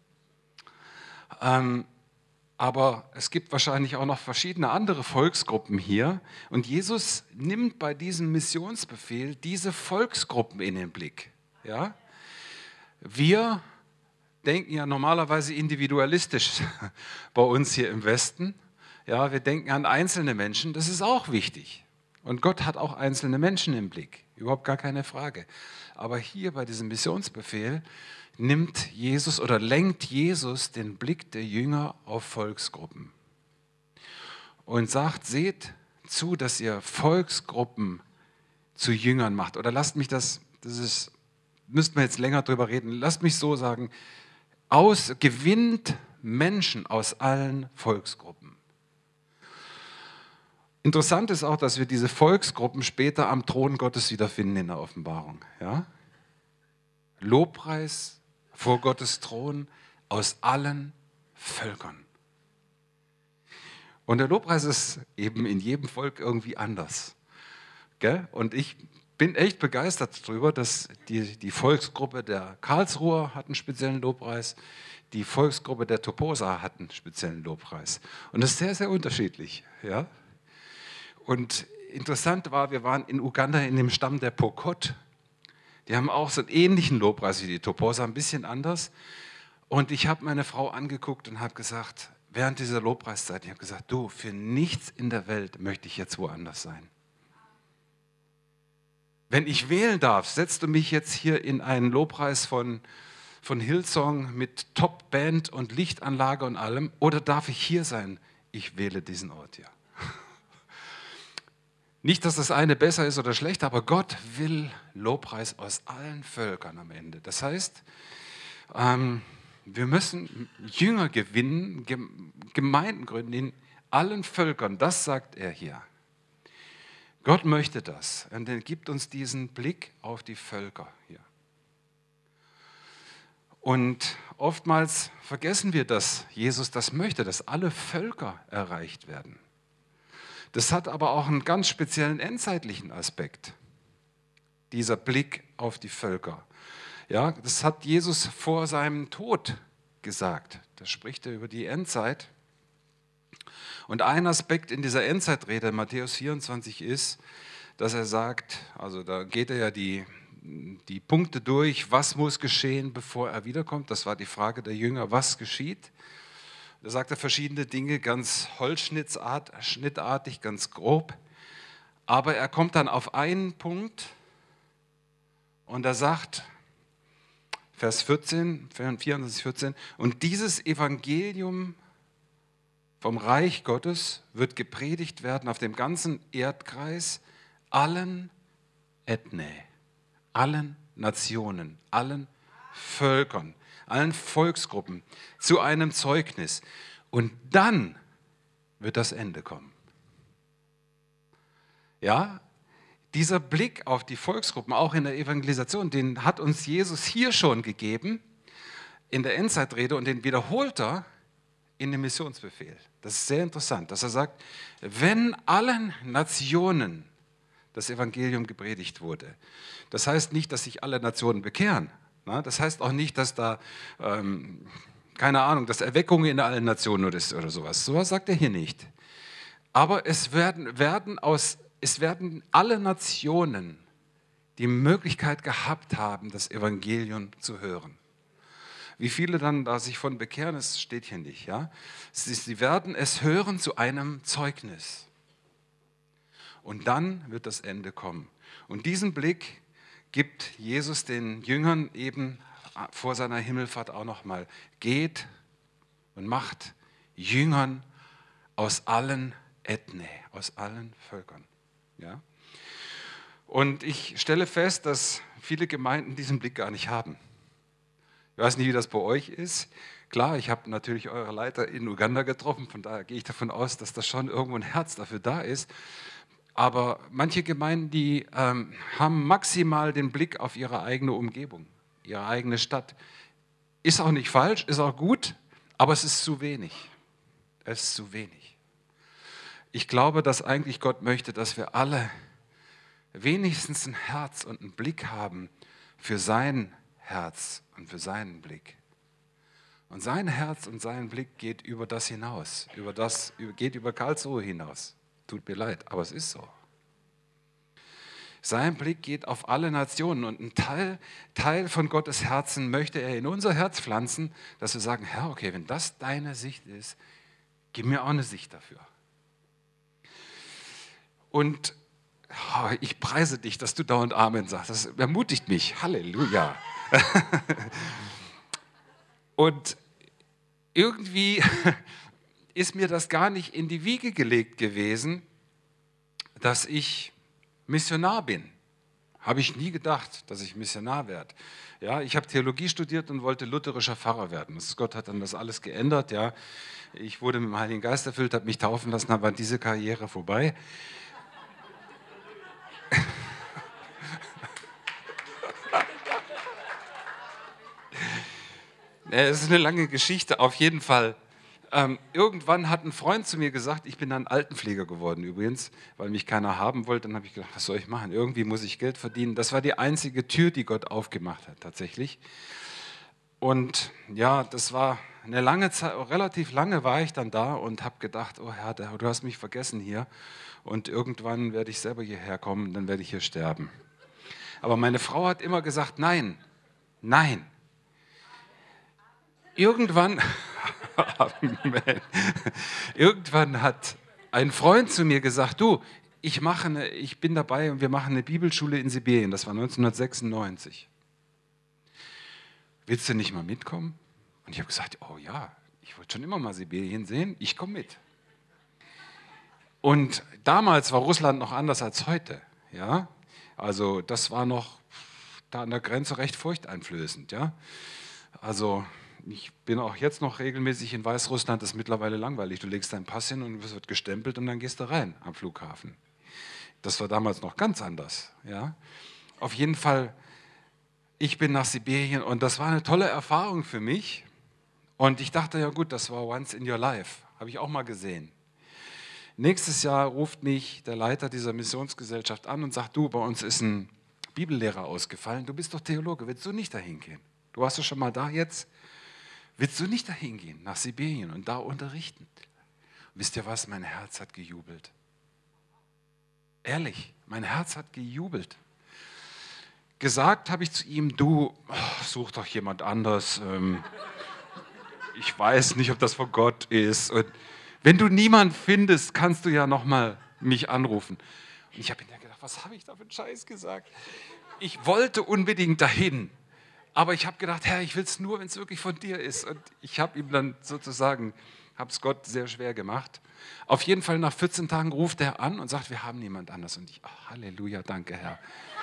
Ähm, aber es gibt wahrscheinlich auch noch verschiedene andere Volksgruppen hier. Und Jesus nimmt bei diesem Missionsbefehl diese Volksgruppen in den Blick. Ja? Wir denken ja normalerweise individualistisch bei uns hier im Westen. Ja, wir denken an einzelne Menschen, das ist auch wichtig. Und Gott hat auch einzelne Menschen im Blick, überhaupt gar keine Frage. Aber hier bei diesem Missionsbefehl nimmt Jesus oder lenkt Jesus den Blick der Jünger auf Volksgruppen und sagt, seht zu, dass ihr Volksgruppen zu Jüngern macht. Oder lasst mich das, das ist, müssten wir jetzt länger drüber reden, lasst mich so sagen, aus, gewinnt Menschen aus allen Volksgruppen. Interessant ist auch, dass wir diese Volksgruppen später am Thron Gottes wiederfinden in der Offenbarung. Ja? Lobpreis vor Gottes Thron aus allen Völkern. Und der Lobpreis ist eben in jedem Volk irgendwie anders. Gell? Und ich bin echt begeistert darüber, dass die, die Volksgruppe der Karlsruher hat einen speziellen Lobpreis, die Volksgruppe der Toposa hat einen speziellen Lobpreis. Und das ist sehr, sehr unterschiedlich. Ja? Und interessant war, wir waren in Uganda in dem Stamm der Pokot. Die haben auch so einen ähnlichen Lobpreis wie die Toposa, ein bisschen anders. Und ich habe meine Frau angeguckt und habe gesagt, während dieser Lobpreiszeit, ich habe gesagt, du, für nichts in der Welt möchte ich jetzt woanders sein. Wenn ich wählen darf, setzt du mich jetzt hier in einen Lobpreis von, von Hillsong mit Top-Band und Lichtanlage und allem, oder darf ich hier sein? Ich wähle diesen Ort hier. Nicht, dass das eine besser ist oder schlechter, aber Gott will Lobpreis aus allen Völkern am Ende. Das heißt, ähm, wir müssen Jünger gewinnen, Gemeinden gründen in allen Völkern. Das sagt er hier. Gott möchte das und er gibt uns diesen Blick auf die Völker hier. Und oftmals vergessen wir, dass Jesus das möchte, dass alle Völker erreicht werden. Das hat aber auch einen ganz speziellen endzeitlichen Aspekt, dieser Blick auf die Völker. Ja, das hat Jesus vor seinem Tod gesagt. Da spricht er über die Endzeit. Und ein Aspekt in dieser Endzeitrede, Matthäus vierundzwanzig, ist, dass er sagt, also da geht er ja die, die Punkte durch, was muss geschehen, bevor er wiederkommt. Das war die Frage der Jünger, was geschieht. Da sagt er verschiedene Dinge, ganz holzschnittartig, ganz grob. Aber er kommt dann auf einen Punkt und er sagt, Vers vierzehn, vierundzwanzig, vierzehn, und dieses Evangelium vom Reich Gottes wird gepredigt werden auf dem ganzen Erdkreis, allen Ethne, allen Nationen, allen Völkern, allen Volksgruppen zu einem Zeugnis. Und dann wird das Ende kommen. Ja, dieser Blick auf die Volksgruppen, auch in der Evangelisation, den hat uns Jesus hier schon gegeben, in der Endzeitrede, und den wiederholt er in dem Missionsbefehl. Das ist sehr interessant, dass er sagt, wenn allen Nationen das Evangelium gepredigt wurde, das heißt nicht, dass sich alle Nationen bekehren. Das heißt auch nicht, dass da, ähm, keine Ahnung, dass Erweckung in allen Nationen ist oder sowas. Sowas sagt er hier nicht. Aber es werden, werden, aus, es werden alle Nationen die Möglichkeit gehabt haben, das Evangelium zu hören. Wie viele dann da sich von bekehren, das steht hier nicht. Ja? Sie werden es hören zu einem Zeugnis. Und dann wird das Ende kommen. Und diesen Blick gibt Jesus den Jüngern eben vor seiner Himmelfahrt auch nochmal. Geht und macht Jüngern aus allen Ethne, aus allen Völkern. Ja? Und ich stelle fest, dass viele Gemeinden diesen Blick gar nicht haben. Ich weiß nicht, wie das bei euch ist. Klar, ich habe natürlich eure Leiter in Uganda getroffen, von daher gehe ich davon aus, dass da schon irgendwo ein Herz dafür da ist. Aber manche Gemeinden, die ähm, haben maximal den Blick auf ihre eigene Umgebung, ihre eigene Stadt. Ist auch nicht falsch, ist auch gut, aber es ist zu wenig. Es ist zu wenig. Ich glaube, dass eigentlich Gott möchte, dass wir alle wenigstens ein Herz und einen Blick haben für sein Herz und für seinen Blick. Und sein Herz und sein Blick geht über das hinaus, über das, geht über Karlsruhe hinaus. Tut mir leid, aber es ist so. Sein Blick geht auf alle Nationen und ein Teil, Teil von Gottes Herzen möchte er in unser Herz pflanzen, dass wir sagen, Herr, okay, wenn das deine Sicht ist, gib mir auch eine Sicht dafür. Und oh, ich preise dich, dass du dauernd Amen sagst. Das ermutigt mich. Halleluja. Und irgendwie ist mir das gar nicht in die Wiege gelegt gewesen, dass ich Missionar bin. Habe ich nie gedacht, dass ich Missionar werde. Ja, ich habe Theologie studiert und wollte lutherischer Pfarrer werden. Das, Gott hat dann das alles geändert. Ja. Ich wurde mit dem Heiligen Geist erfüllt, habe mich taufen lassen, dann war diese Karriere vorbei. Es ist eine lange Geschichte, auf jeden Fall. Ähm, irgendwann hat ein Freund zu mir gesagt, ich bin dann Altenpfleger geworden übrigens, weil mich keiner haben wollte. Dann habe ich gedacht, was soll ich machen? Irgendwie muss ich Geld verdienen. Das war die einzige Tür, die Gott aufgemacht hat, tatsächlich. Und ja, das war eine lange Zeit, relativ lange war ich dann da und habe gedacht, oh Herr, du hast mich vergessen hier. Und irgendwann werde ich selber hierher kommen, dann werde ich hier sterben. Aber meine Frau hat immer gesagt, nein, nein. Irgendwann, irgendwann hat ein Freund zu mir gesagt, du, ich, mache eine, ich bin dabei und wir machen eine Bibelschule in Sibirien, das war neunzehnhundertsechsundneunzig. Willst du nicht mal mitkommen? Und ich habe gesagt, oh ja, ich wollte schon immer mal Sibirien sehen, ich komme mit. Und damals war Russland noch anders als heute. Ja? Also das war noch da an der Grenze recht furchteinflößend. Ja? Also ich bin auch jetzt noch regelmäßig in Weißrussland, das ist mittlerweile langweilig. Du legst deinen Pass hin und es wird gestempelt und dann gehst du rein am Flughafen. Das war damals noch ganz anders. Ja? Auf jeden Fall, ich bin nach Sibirien und das war eine tolle Erfahrung für mich. Und ich dachte, ja gut, das war once in your life, habe ich auch mal gesehen. Nächstes Jahr ruft mich der Leiter dieser Missionsgesellschaft an und sagt, du, bei uns ist ein Bibellehrer ausgefallen, du bist doch Theologe, willst du nicht dahin gehen? Du warst doch schon mal da jetzt, willst du nicht dahin gehen, nach Sibirien und da unterrichten? Und wisst ihr was, mein Herz hat gejubelt. Ehrlich, mein Herz hat gejubelt. Gesagt habe ich zu ihm, du, oh, such doch jemand anders, ähm, ich weiß nicht, ob das von Gott ist. Und wenn du niemanden findest, kannst du ja nochmal mich anrufen. Und ich habe mir gedacht, was habe ich da für einen Scheiß gesagt? Ich wollte unbedingt dahin, aber ich habe gedacht, Herr, ich will es nur, wenn es wirklich von dir ist. Und ich habe ihm dann sozusagen, habe es Gott sehr schwer gemacht. Auf jeden Fall nach vierzehn Tagen ruft er an und sagt, wir haben niemand anders. Und ich, oh, Halleluja, danke Herr.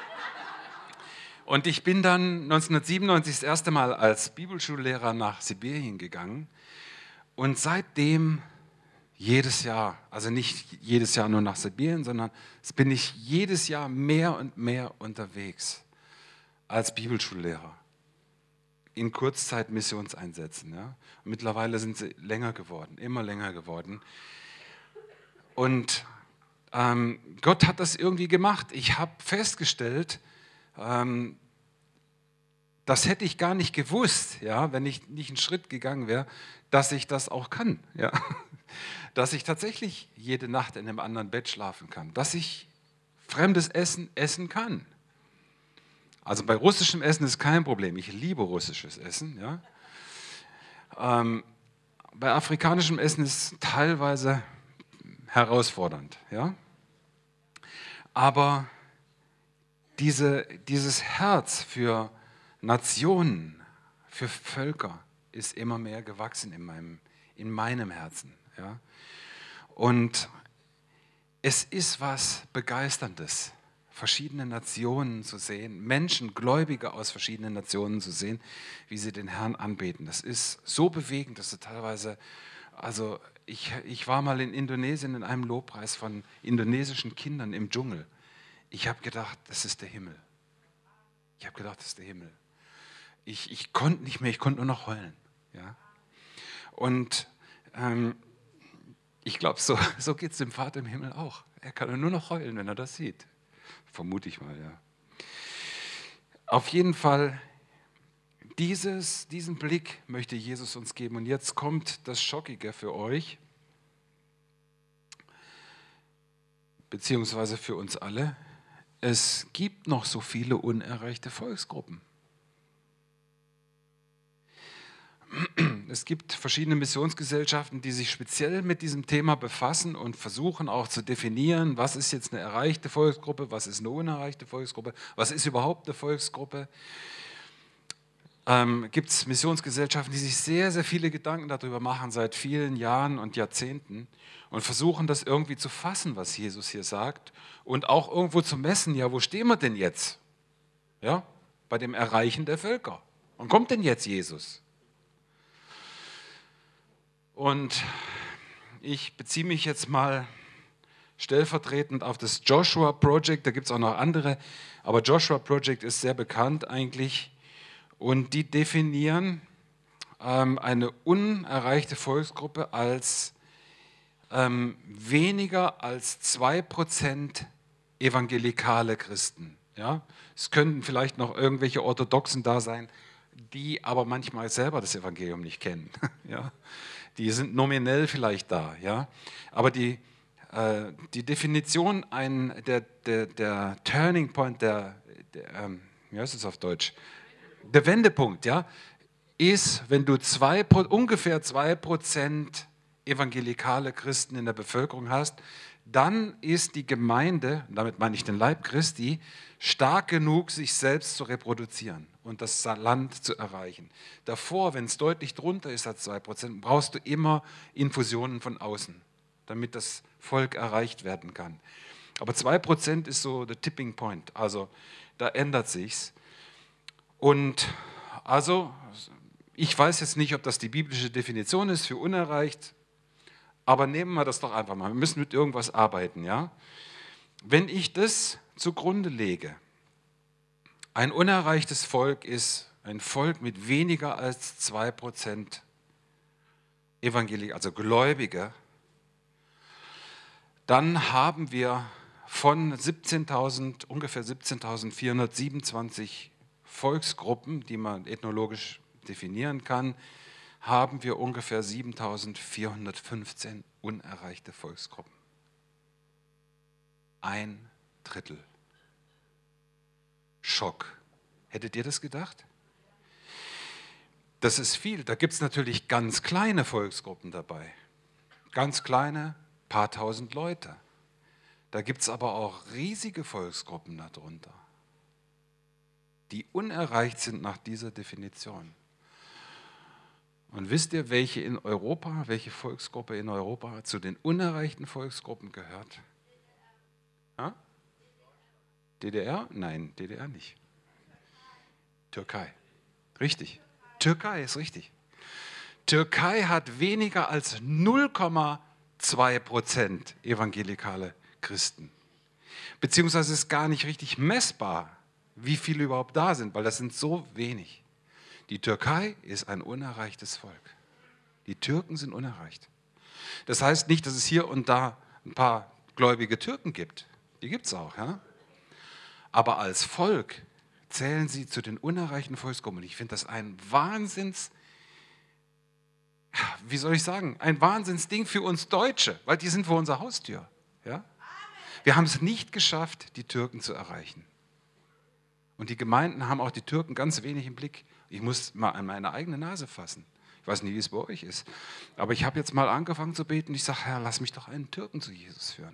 Und ich bin dann neunzehnhundertsiebenundneunzig das erste Mal als Bibelschullehrer nach Sibirien gegangen und seitdem jedes Jahr, also nicht jedes Jahr nur nach Sibirien, sondern jetzt bin ich jedes Jahr mehr und mehr unterwegs als Bibelschullehrer in Kurzzeit-Missionseinsätzen. Ja? Und mittlerweile sind sie länger geworden, immer länger geworden. Und ähm, Gott hat das irgendwie gemacht. Ich habe festgestellt, ähm, das hätte ich gar nicht gewusst, ja, wenn ich nicht einen Schritt gegangen wäre, dass ich das auch kann. Ja. Dass ich tatsächlich jede Nacht in einem anderen Bett schlafen kann. Dass ich fremdes Essen essen kann. Also bei russischem Essen ist kein Problem. Ich liebe russisches Essen. Ja. Ähm, bei afrikanischem Essen ist es teilweise herausfordernd. Ja. Aber diese, dieses Herz für Nationen, für Völker ist immer mehr gewachsen in meinem, in meinem Herzen. Ja? Und es ist was Begeisterndes, verschiedene Nationen zu sehen, Menschen, Gläubige aus verschiedenen Nationen zu sehen, wie sie den Herrn anbeten. Das ist so bewegend, dass du teilweise, also ich, ich war mal in Indonesien in einem Lobpreis von indonesischen Kindern im Dschungel. Ich habe gedacht, das ist der Himmel. Ich habe gedacht, das ist der Himmel. Ich, ich konnte nicht mehr, ich konnte nur noch heulen. Ja? Und ähm, ich glaube, so, so geht es dem Vater im Himmel auch. Er kann nur noch heulen, wenn er das sieht. Vermute ich mal, ja. Auf jeden Fall, dieses, diesen Blick möchte Jesus uns geben. Und jetzt kommt das Schockige für euch, beziehungsweise für uns alle. Es gibt noch so viele unerreichte Volksgruppen. Es gibt verschiedene Missionsgesellschaften, die sich speziell mit diesem Thema befassen und versuchen auch zu definieren, was ist jetzt eine erreichte Volksgruppe, was ist eine unerreichte Volksgruppe, was ist überhaupt eine Volksgruppe. Ähm, gibt es Missionsgesellschaften, die sich sehr, sehr viele Gedanken darüber machen, seit vielen Jahren und Jahrzehnten und versuchen das irgendwie zu fassen, was Jesus hier sagt und auch irgendwo zu messen, ja, wo stehen wir denn jetzt? Ja, bei dem Erreichen der Völker. Wann kommt denn jetzt Jesus? Und ich beziehe mich jetzt mal stellvertretend auf das Joshua Project, da gibt es auch noch andere, aber Joshua Project ist sehr bekannt eigentlich und die definieren ähm, eine unerreichte Volksgruppe als ähm, weniger als zwei Prozent evangelikale Christen. Ja? Es könnten vielleicht noch irgendwelche Orthodoxen da sein, die aber manchmal selber das Evangelium nicht kennen. Ja? Die sind nominell vielleicht da, ja, aber die, äh, die Definition, ein, der, der, der Turning Point, der, der ähm, wie heißt es auf Deutsch, der Wendepunkt, ja, ist, wenn du zwei, ungefähr zwei Prozent evangelikale Christen in der Bevölkerung hast, dann ist die Gemeinde, damit meine ich den Leib Christi, stark genug, sich selbst zu reproduzieren und das Land zu erreichen. Davor, wenn es deutlich drunter ist als zwei Prozent, brauchst du immer Infusionen von außen, damit das Volk erreicht werden kann. Aber zwei Prozent ist so der Tipping Point, also da ändert sich's. Und also, ich weiß jetzt nicht, ob das die biblische Definition ist für unerreicht, aber nehmen wir das doch einfach mal. Wir müssen mit irgendwas arbeiten, ja? Wenn ich das zugrunde lege, ein unerreichtes Volk ist ein Volk mit weniger als zwei Prozent Evangelik, also Gläubige, dann haben wir von siebzehntausend, ungefähr siebzehntausendvierhundertsiebenundzwanzig Volksgruppen, die man ethnologisch definieren kann, haben wir ungefähr siebentausendvierhundertfünfzehn unerreichte Volksgruppen. Ein Drittel. Schock. Hättet ihr das gedacht? Das ist viel. Da gibt es natürlich ganz kleine Volksgruppen dabei. Ganz kleine, paar tausend Leute. Da gibt es aber auch riesige Volksgruppen darunter, die unerreicht sind nach dieser Definition. Und wisst ihr, welche in Europa, welche Volksgruppe in Europa zu den unerreichten Volksgruppen gehört? Ha? D D R? Nein, D D R nicht. Türkei. Richtig. Türkei ist richtig. Türkei hat weniger als null Komma zwei Prozent evangelikale Christen. Beziehungsweise ist gar nicht richtig messbar, wie viele überhaupt da sind, weil das sind so wenig. Die Türkei ist ein unerreichtes Volk. Die Türken sind unerreicht. Das heißt nicht, dass es hier und da ein paar gläubige Türken gibt. Die gibt es auch, ja. Aber als Volk zählen sie zu den unerreichten Volksgruppen. Und ich finde das ein Wahnsinns, wie soll ich sagen, ein Wahnsinnsding für uns Deutsche, weil die sind vor unserer Haustür. Ja? Wir haben es nicht geschafft, die Türken zu erreichen. Und die Gemeinden haben auch die Türken ganz wenig im Blick. Ich muss mal an meine eigene Nase fassen. Ich weiß nicht, wie es bei euch ist. Aber ich habe jetzt mal angefangen zu beten. Ich sage, Herr, lass mich doch einen Türken zu Jesus führen.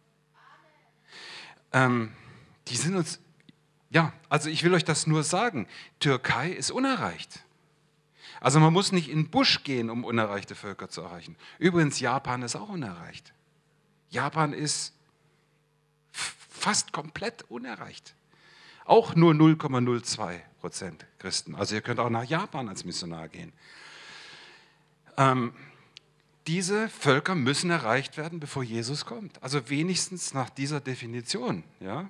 Ähm, die sind uns, ja, also ich will euch das nur sagen. Türkei ist unerreicht. Also man muss nicht in den Busch gehen, um unerreichte Völker zu erreichen. Übrigens, Japan ist auch unerreicht. Japan ist fast komplett unerreicht. Auch nur null Komma null zwei Prozent Christen. Also ihr könnt auch nach Japan als Missionar gehen. Ähm, diese Völker müssen erreicht werden, bevor Jesus kommt. Also wenigstens nach dieser Definition. Ja?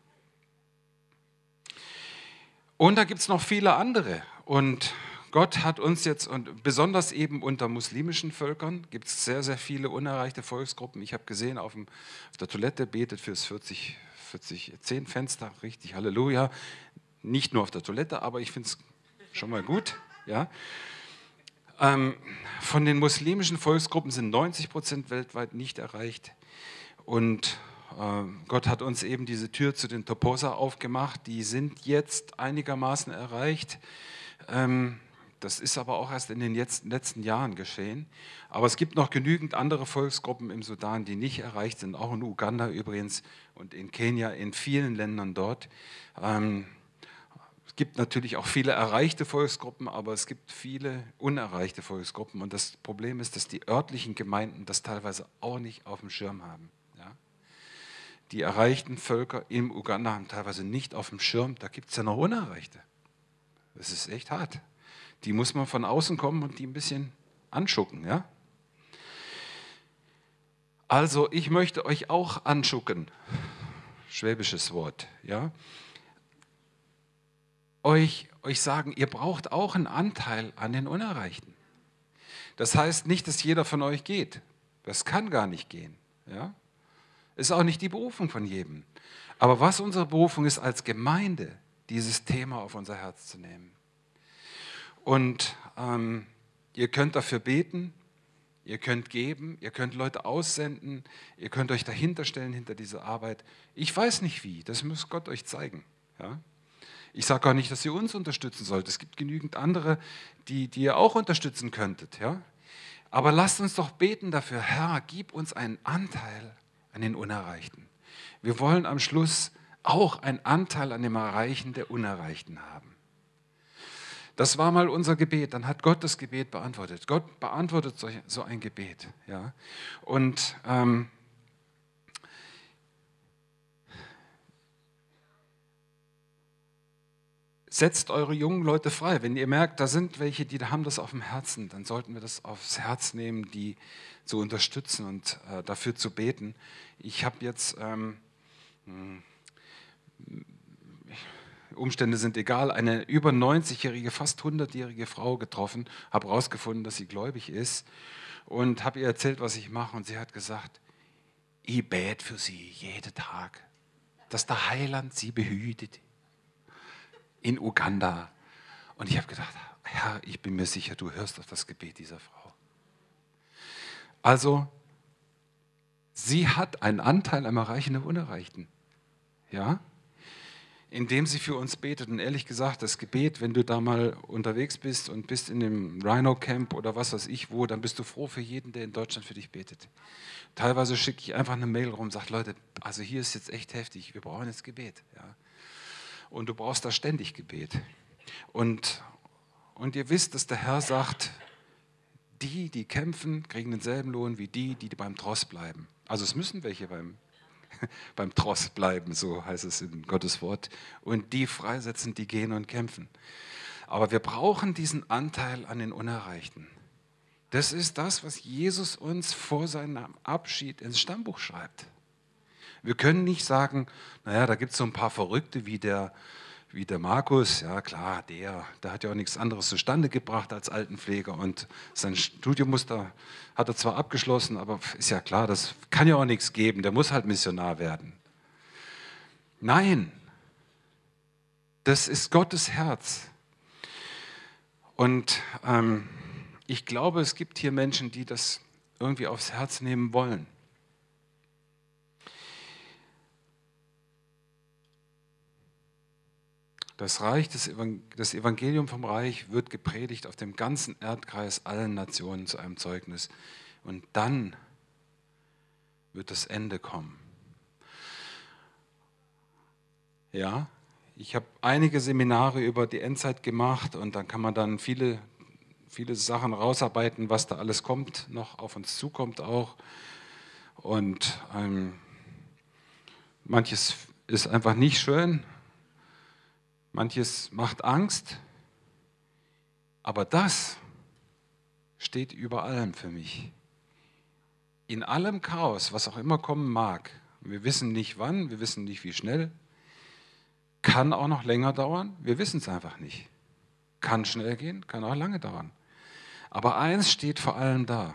Und da gibt es noch viele andere. Und Gott hat uns jetzt, und besonders eben unter muslimischen Völkern, gibt es sehr, sehr viele unerreichte Volksgruppen. Ich habe gesehen, auf, dem, auf der Toilette betet fürs vierzig, vierzig, zehn Fenster, richtig, Halleluja. Nicht nur auf der Toilette, aber ich finde es schon mal gut. Ja. Ähm, von den muslimischen Volksgruppen sind neunzig Prozent weltweit nicht erreicht. Und äh, Gott hat uns eben diese Tür zu den Toposa aufgemacht. Die sind jetzt einigermaßen erreicht. Ähm, Das ist aber auch erst in den letzten Jahren geschehen. Aber es gibt noch genügend andere Volksgruppen im Sudan, die nicht erreicht sind, auch in Uganda übrigens und in Kenia, in vielen Ländern dort. Ähm, es gibt natürlich auch viele erreichte Volksgruppen, aber es gibt viele unerreichte Volksgruppen. Und das Problem ist, dass die örtlichen Gemeinden das teilweise auch nicht auf dem Schirm haben. Ja? Die erreichten Völker in Uganda haben teilweise nicht auf dem Schirm, da gibt es ja noch Unerreichte. Das ist echt hart. Die muss man von außen kommen und die ein bisschen anschucken. Ja? Also ich möchte euch auch anschucken, schwäbisches Wort, ja? euch, euch sagen, ihr braucht auch einen Anteil an den Unerreichten. Das heißt nicht, dass jeder von euch geht. Das kann gar nicht gehen. Ja? Ist auch nicht die Berufung von jedem. Aber was unsere Berufung ist als Gemeinde, dieses Thema auf unser Herz zu nehmen. Und ähm, ihr könnt dafür beten, ihr könnt geben, ihr könnt Leute aussenden, ihr könnt euch dahinter stellen, hinter dieser Arbeit. Ich weiß nicht wie, das muss Gott euch zeigen. Ja? Ich sage auch nicht, dass ihr uns unterstützen sollt. Es gibt genügend andere, die, die ihr auch unterstützen könntet. Ja? Aber lasst uns doch beten dafür, Herr, gib uns einen Anteil an den Unerreichten. Wir wollen am Schluss auch einen Anteil an dem Erreichen der Unerreichten haben. Das war mal unser Gebet, dann hat Gott das Gebet beantwortet. Gott beantwortet so ein Gebet. Ja? Und ähm, setzt eure jungen Leute frei. Wenn ihr merkt, da sind welche, die haben das auf dem Herzen, dann sollten wir das aufs Herz nehmen, die zu unterstützen und äh, dafür zu beten. Ich habe jetzt... Ähm, Umstände sind egal, eine über neunzigjährige, fast hundertjährige Frau getroffen, habe herausgefunden, dass sie gläubig ist und habe ihr erzählt, was ich mache und sie hat gesagt, ich bete für sie jeden Tag, dass der Heiland sie behütet in Uganda. Und ich habe gedacht, Herr, ich bin mir sicher, du hörst auf das Gebet dieser Frau. Also, sie hat einen Anteil am Erreichen der Unerreichten. Ja? Indem sie für uns betet. Und ehrlich gesagt, das Gebet, wenn du da mal unterwegs bist und bist in dem Rhino Camp oder was weiß ich wo, dann bist du froh für jeden, der in Deutschland für dich betet. Teilweise schicke ich einfach eine Mail rum und sage, Leute, also hier ist jetzt echt heftig, wir brauchen jetzt Gebet. Ja. Und du brauchst da ständig Gebet. Und, und ihr wisst, dass der Herr sagt, die, die kämpfen, kriegen denselben Lohn wie die, die beim Tross bleiben. Also es müssen welche beim beim Tross bleiben, so heißt es in Gottes Wort, und die freisetzen, die gehen und kämpfen. Aber wir brauchen diesen Anteil an den Unerreichten. Das ist das, was Jesus uns vor seinem Abschied ins Stammbuch schreibt. Wir können nicht sagen, naja, da gibt es so ein paar Verrückte wie der, wie der Markus, ja klar, der, der hat ja auch nichts anderes zustande gebracht als Altenpfleger und sein Studiummuster hat er zwar abgeschlossen, aber ist ja klar, das kann ja auch nichts geben, der muss halt Missionar werden. Nein, das ist Gottes Herz. Und ähm, ich glaube, es gibt hier Menschen, die das irgendwie aufs Herz nehmen wollen. Das Reich, das Evangelium vom Reich wird gepredigt auf dem ganzen Erdkreis allen Nationen zu einem Zeugnis. Und dann wird das Ende kommen. Ja, ich habe einige Seminare über die Endzeit gemacht und dann kann man dann viele, viele Sachen rausarbeiten, was da alles kommt, noch auf uns zukommt auch. Und ähm, Manches ist einfach nicht schön. Manches macht Angst. Aber das steht über allem für mich. In allem Chaos, was auch immer kommen mag, wir wissen nicht wann, wir wissen nicht wie schnell, kann auch noch länger dauern, wir wissen es einfach nicht. Kann schnell gehen, kann auch lange dauern. Aber eins steht vor allem da.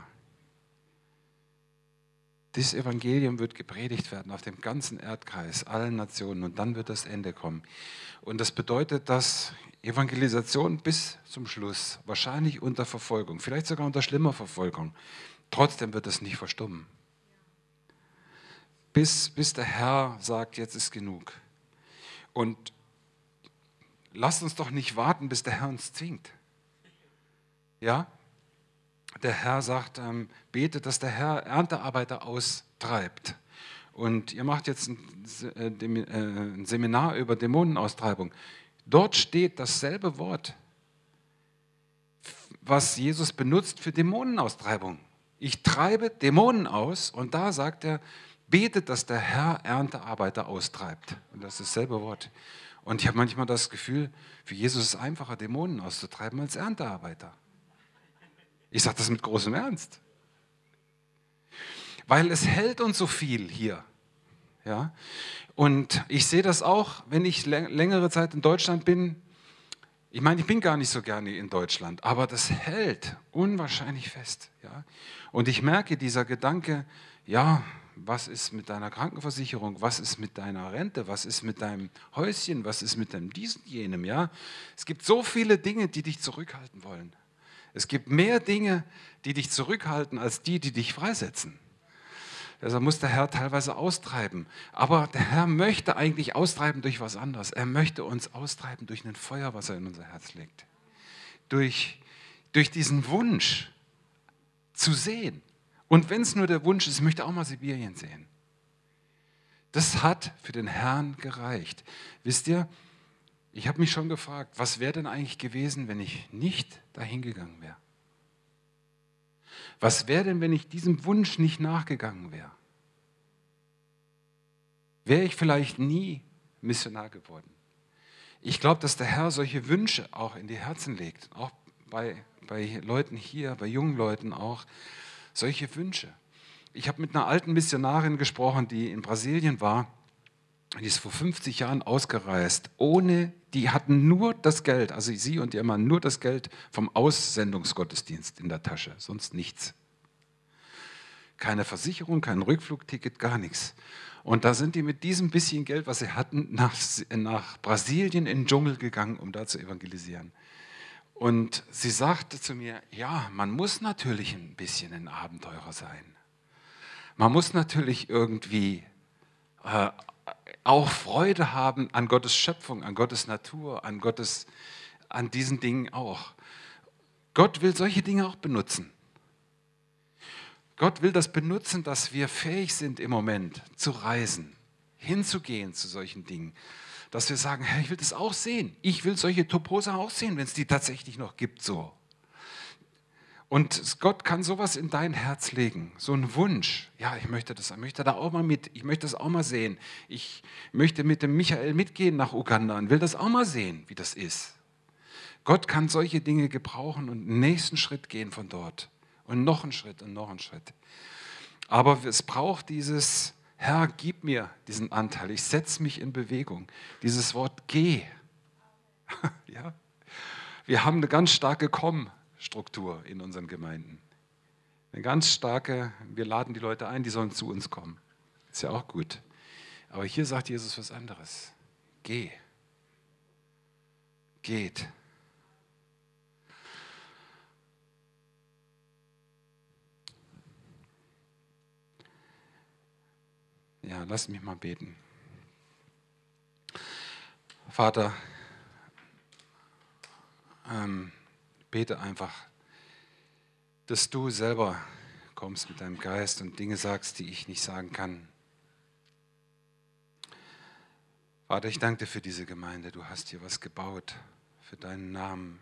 Dieses Evangelium wird gepredigt werden auf dem ganzen Erdkreis, allen Nationen, und dann wird das Ende kommen. Und das bedeutet, dass Evangelisation bis zum Schluss, wahrscheinlich unter Verfolgung, vielleicht sogar unter schlimmer Verfolgung, trotzdem wird es nicht verstummen. Bis, bis der Herr sagt, jetzt ist genug. Und lasst uns doch nicht warten, bis der Herr uns zwingt. Ja? Der Herr sagt, ähm, betet, dass der Herr Erntearbeiter austreibt. Und ihr macht jetzt ein, äh, ein Seminar über Dämonenaustreibung. Dort steht dasselbe Wort, was Jesus benutzt für Dämonenaustreibung. Ich treibe Dämonen aus, und da sagt er, betet, dass der Herr Erntearbeiter austreibt. Und das ist dasselbe Wort. Und ich habe manchmal das Gefühl, für Jesus ist es einfacher, Dämonen auszutreiben als Erntearbeiter. Ich sage das mit großem Ernst. Weil es hält uns so viel hier. Ja? Und ich sehe das auch, wenn ich längere Zeit in Deutschland bin. Ich meine, ich bin gar nicht so gerne in Deutschland, aber das hält unwahrscheinlich fest. Ja? Und ich merke, dieser Gedanke, ja, was ist mit deiner Krankenversicherung, was ist mit deiner Rente, was ist mit deinem Häuschen, was ist mit deinem diesen, jenem. Ja? Es gibt so viele Dinge, die dich zurückhalten wollen. Es gibt mehr Dinge, die dich zurückhalten, als die, die dich freisetzen. Also muss der Herr teilweise austreiben. Aber der Herr möchte eigentlich austreiben durch was anderes. Er möchte uns austreiben durch ein Feuer, was er in unser Herz legt. Durch, durch diesen Wunsch zu sehen. Und wenn es nur der Wunsch ist, ich möchte auch mal Sibirien sehen. Das hat für den Herrn gereicht. Wisst ihr, ich habe mich schon gefragt, was wäre denn eigentlich gewesen, wenn ich nicht dahin gegangen wäre? Was wäre denn, wenn ich diesem Wunsch nicht nachgegangen wäre? Wäre ich vielleicht nie Missionar geworden? Ich glaube, dass der Herr solche Wünsche auch in die Herzen legt, auch bei, bei Leuten hier, bei jungen Leuten auch, solche Wünsche. Ich habe mit einer alten Missionarin gesprochen, die in Brasilien war. Die ist vor fünfzig Jahren ausgereist, ohne, die hatten nur das Geld, also sie und ihr Mann, nur das Geld vom Aussendungsgottesdienst in der Tasche, sonst nichts. Keine Versicherung, kein Rückflugticket, gar nichts. Und da sind die mit diesem bisschen Geld, was sie hatten, nach, nach Brasilien in den Dschungel gegangen, um da zu evangelisieren. Und sie sagte zu mir, ja, man muss natürlich ein bisschen ein Abenteurer sein. Man muss natürlich irgendwie äh, auch Freude haben an Gottes Schöpfung, an Gottes Natur, an Gottes, an diesen Dingen auch. Gott will solche Dinge auch benutzen. Gott will das benutzen, dass wir fähig sind im Moment zu reisen, hinzugehen zu solchen Dingen. Dass wir sagen, Herr, ich will das auch sehen. Ich will solche Toposa auch sehen, wenn es die tatsächlich noch gibt. So. Und Gott kann sowas in dein Herz legen, so ein Wunsch. Ja, ich möchte das, ich möchte da auch mal mit, ich möchte das auch mal sehen. Ich möchte mit dem Michael mitgehen nach Uganda und will das auch mal sehen, wie das ist. Gott kann solche Dinge gebrauchen und einen nächsten Schritt gehen von dort. Und noch einen Schritt und noch einen Schritt. Aber es braucht dieses, Herr, gib mir diesen Anteil, ich setze mich in Bewegung. Dieses Wort geh. Ja? Wir haben eine ganz starke Komm-Struktur in unseren Gemeinden. Eine ganz starke, wir laden die Leute ein, die sollen zu uns kommen. Ist ja auch gut. Aber hier sagt Jesus was anderes. Geh. Geht. Ja, lass mich mal beten. Vater, ähm, bete einfach, dass du selber kommst mit deinem Geist und Dinge sagst, die ich nicht sagen kann. Vater, ich danke dir für diese Gemeinde. Du hast hier was gebaut für deinen Namen.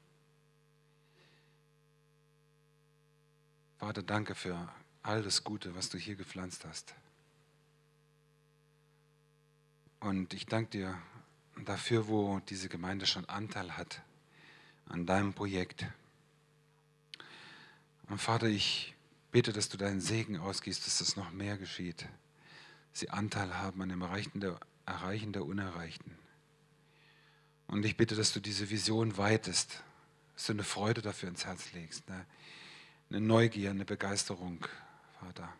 Vater, danke für all das Gute, was du hier gepflanzt hast. Und ich danke dir dafür, wo diese Gemeinde schon Anteil hat an deinem Projekt. Und Vater, ich bete, dass du deinen Segen ausgießt, dass das noch mehr geschieht. Sie Anteil haben an dem Erreichen der, Erreichen der Unerreichten. Und ich bitte, dass du diese Vision weitest, dass du eine Freude dafür ins Herz legst, eine, eine Neugier, eine Begeisterung, Vater.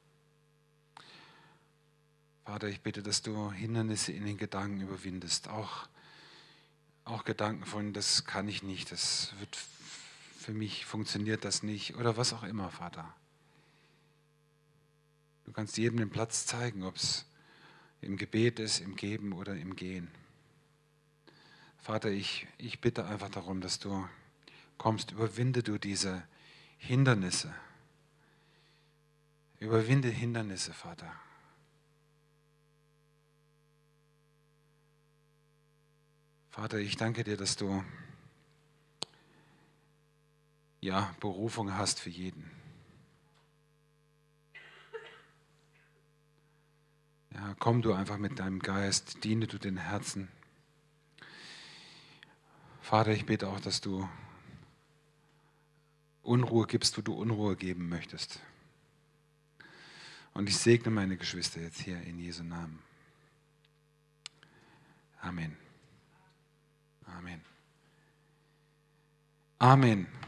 Vater, ich bitte, dass du Hindernisse in den Gedanken überwindest, auch, auch Gedanken von, das kann ich nicht, das wird für mich, funktioniert das nicht oder was auch immer, Vater. Du kannst jedem den Platz zeigen, ob es im Gebet ist, im Geben oder im Gehen. Vater, ich, ich bitte einfach darum, dass du kommst, überwinde du diese Hindernisse. Überwinde Hindernisse, Vater. Vater, ich danke dir, dass du ja, Berufung hast für jeden. Ja, komm du einfach mit deinem Geist, diene du den Herzen. Vater, ich bete auch, dass du Unruhe gibst, wo du Unruhe geben möchtest. Und ich segne meine Geschwister jetzt hier in Jesu Namen. Amen. Amen. Amen.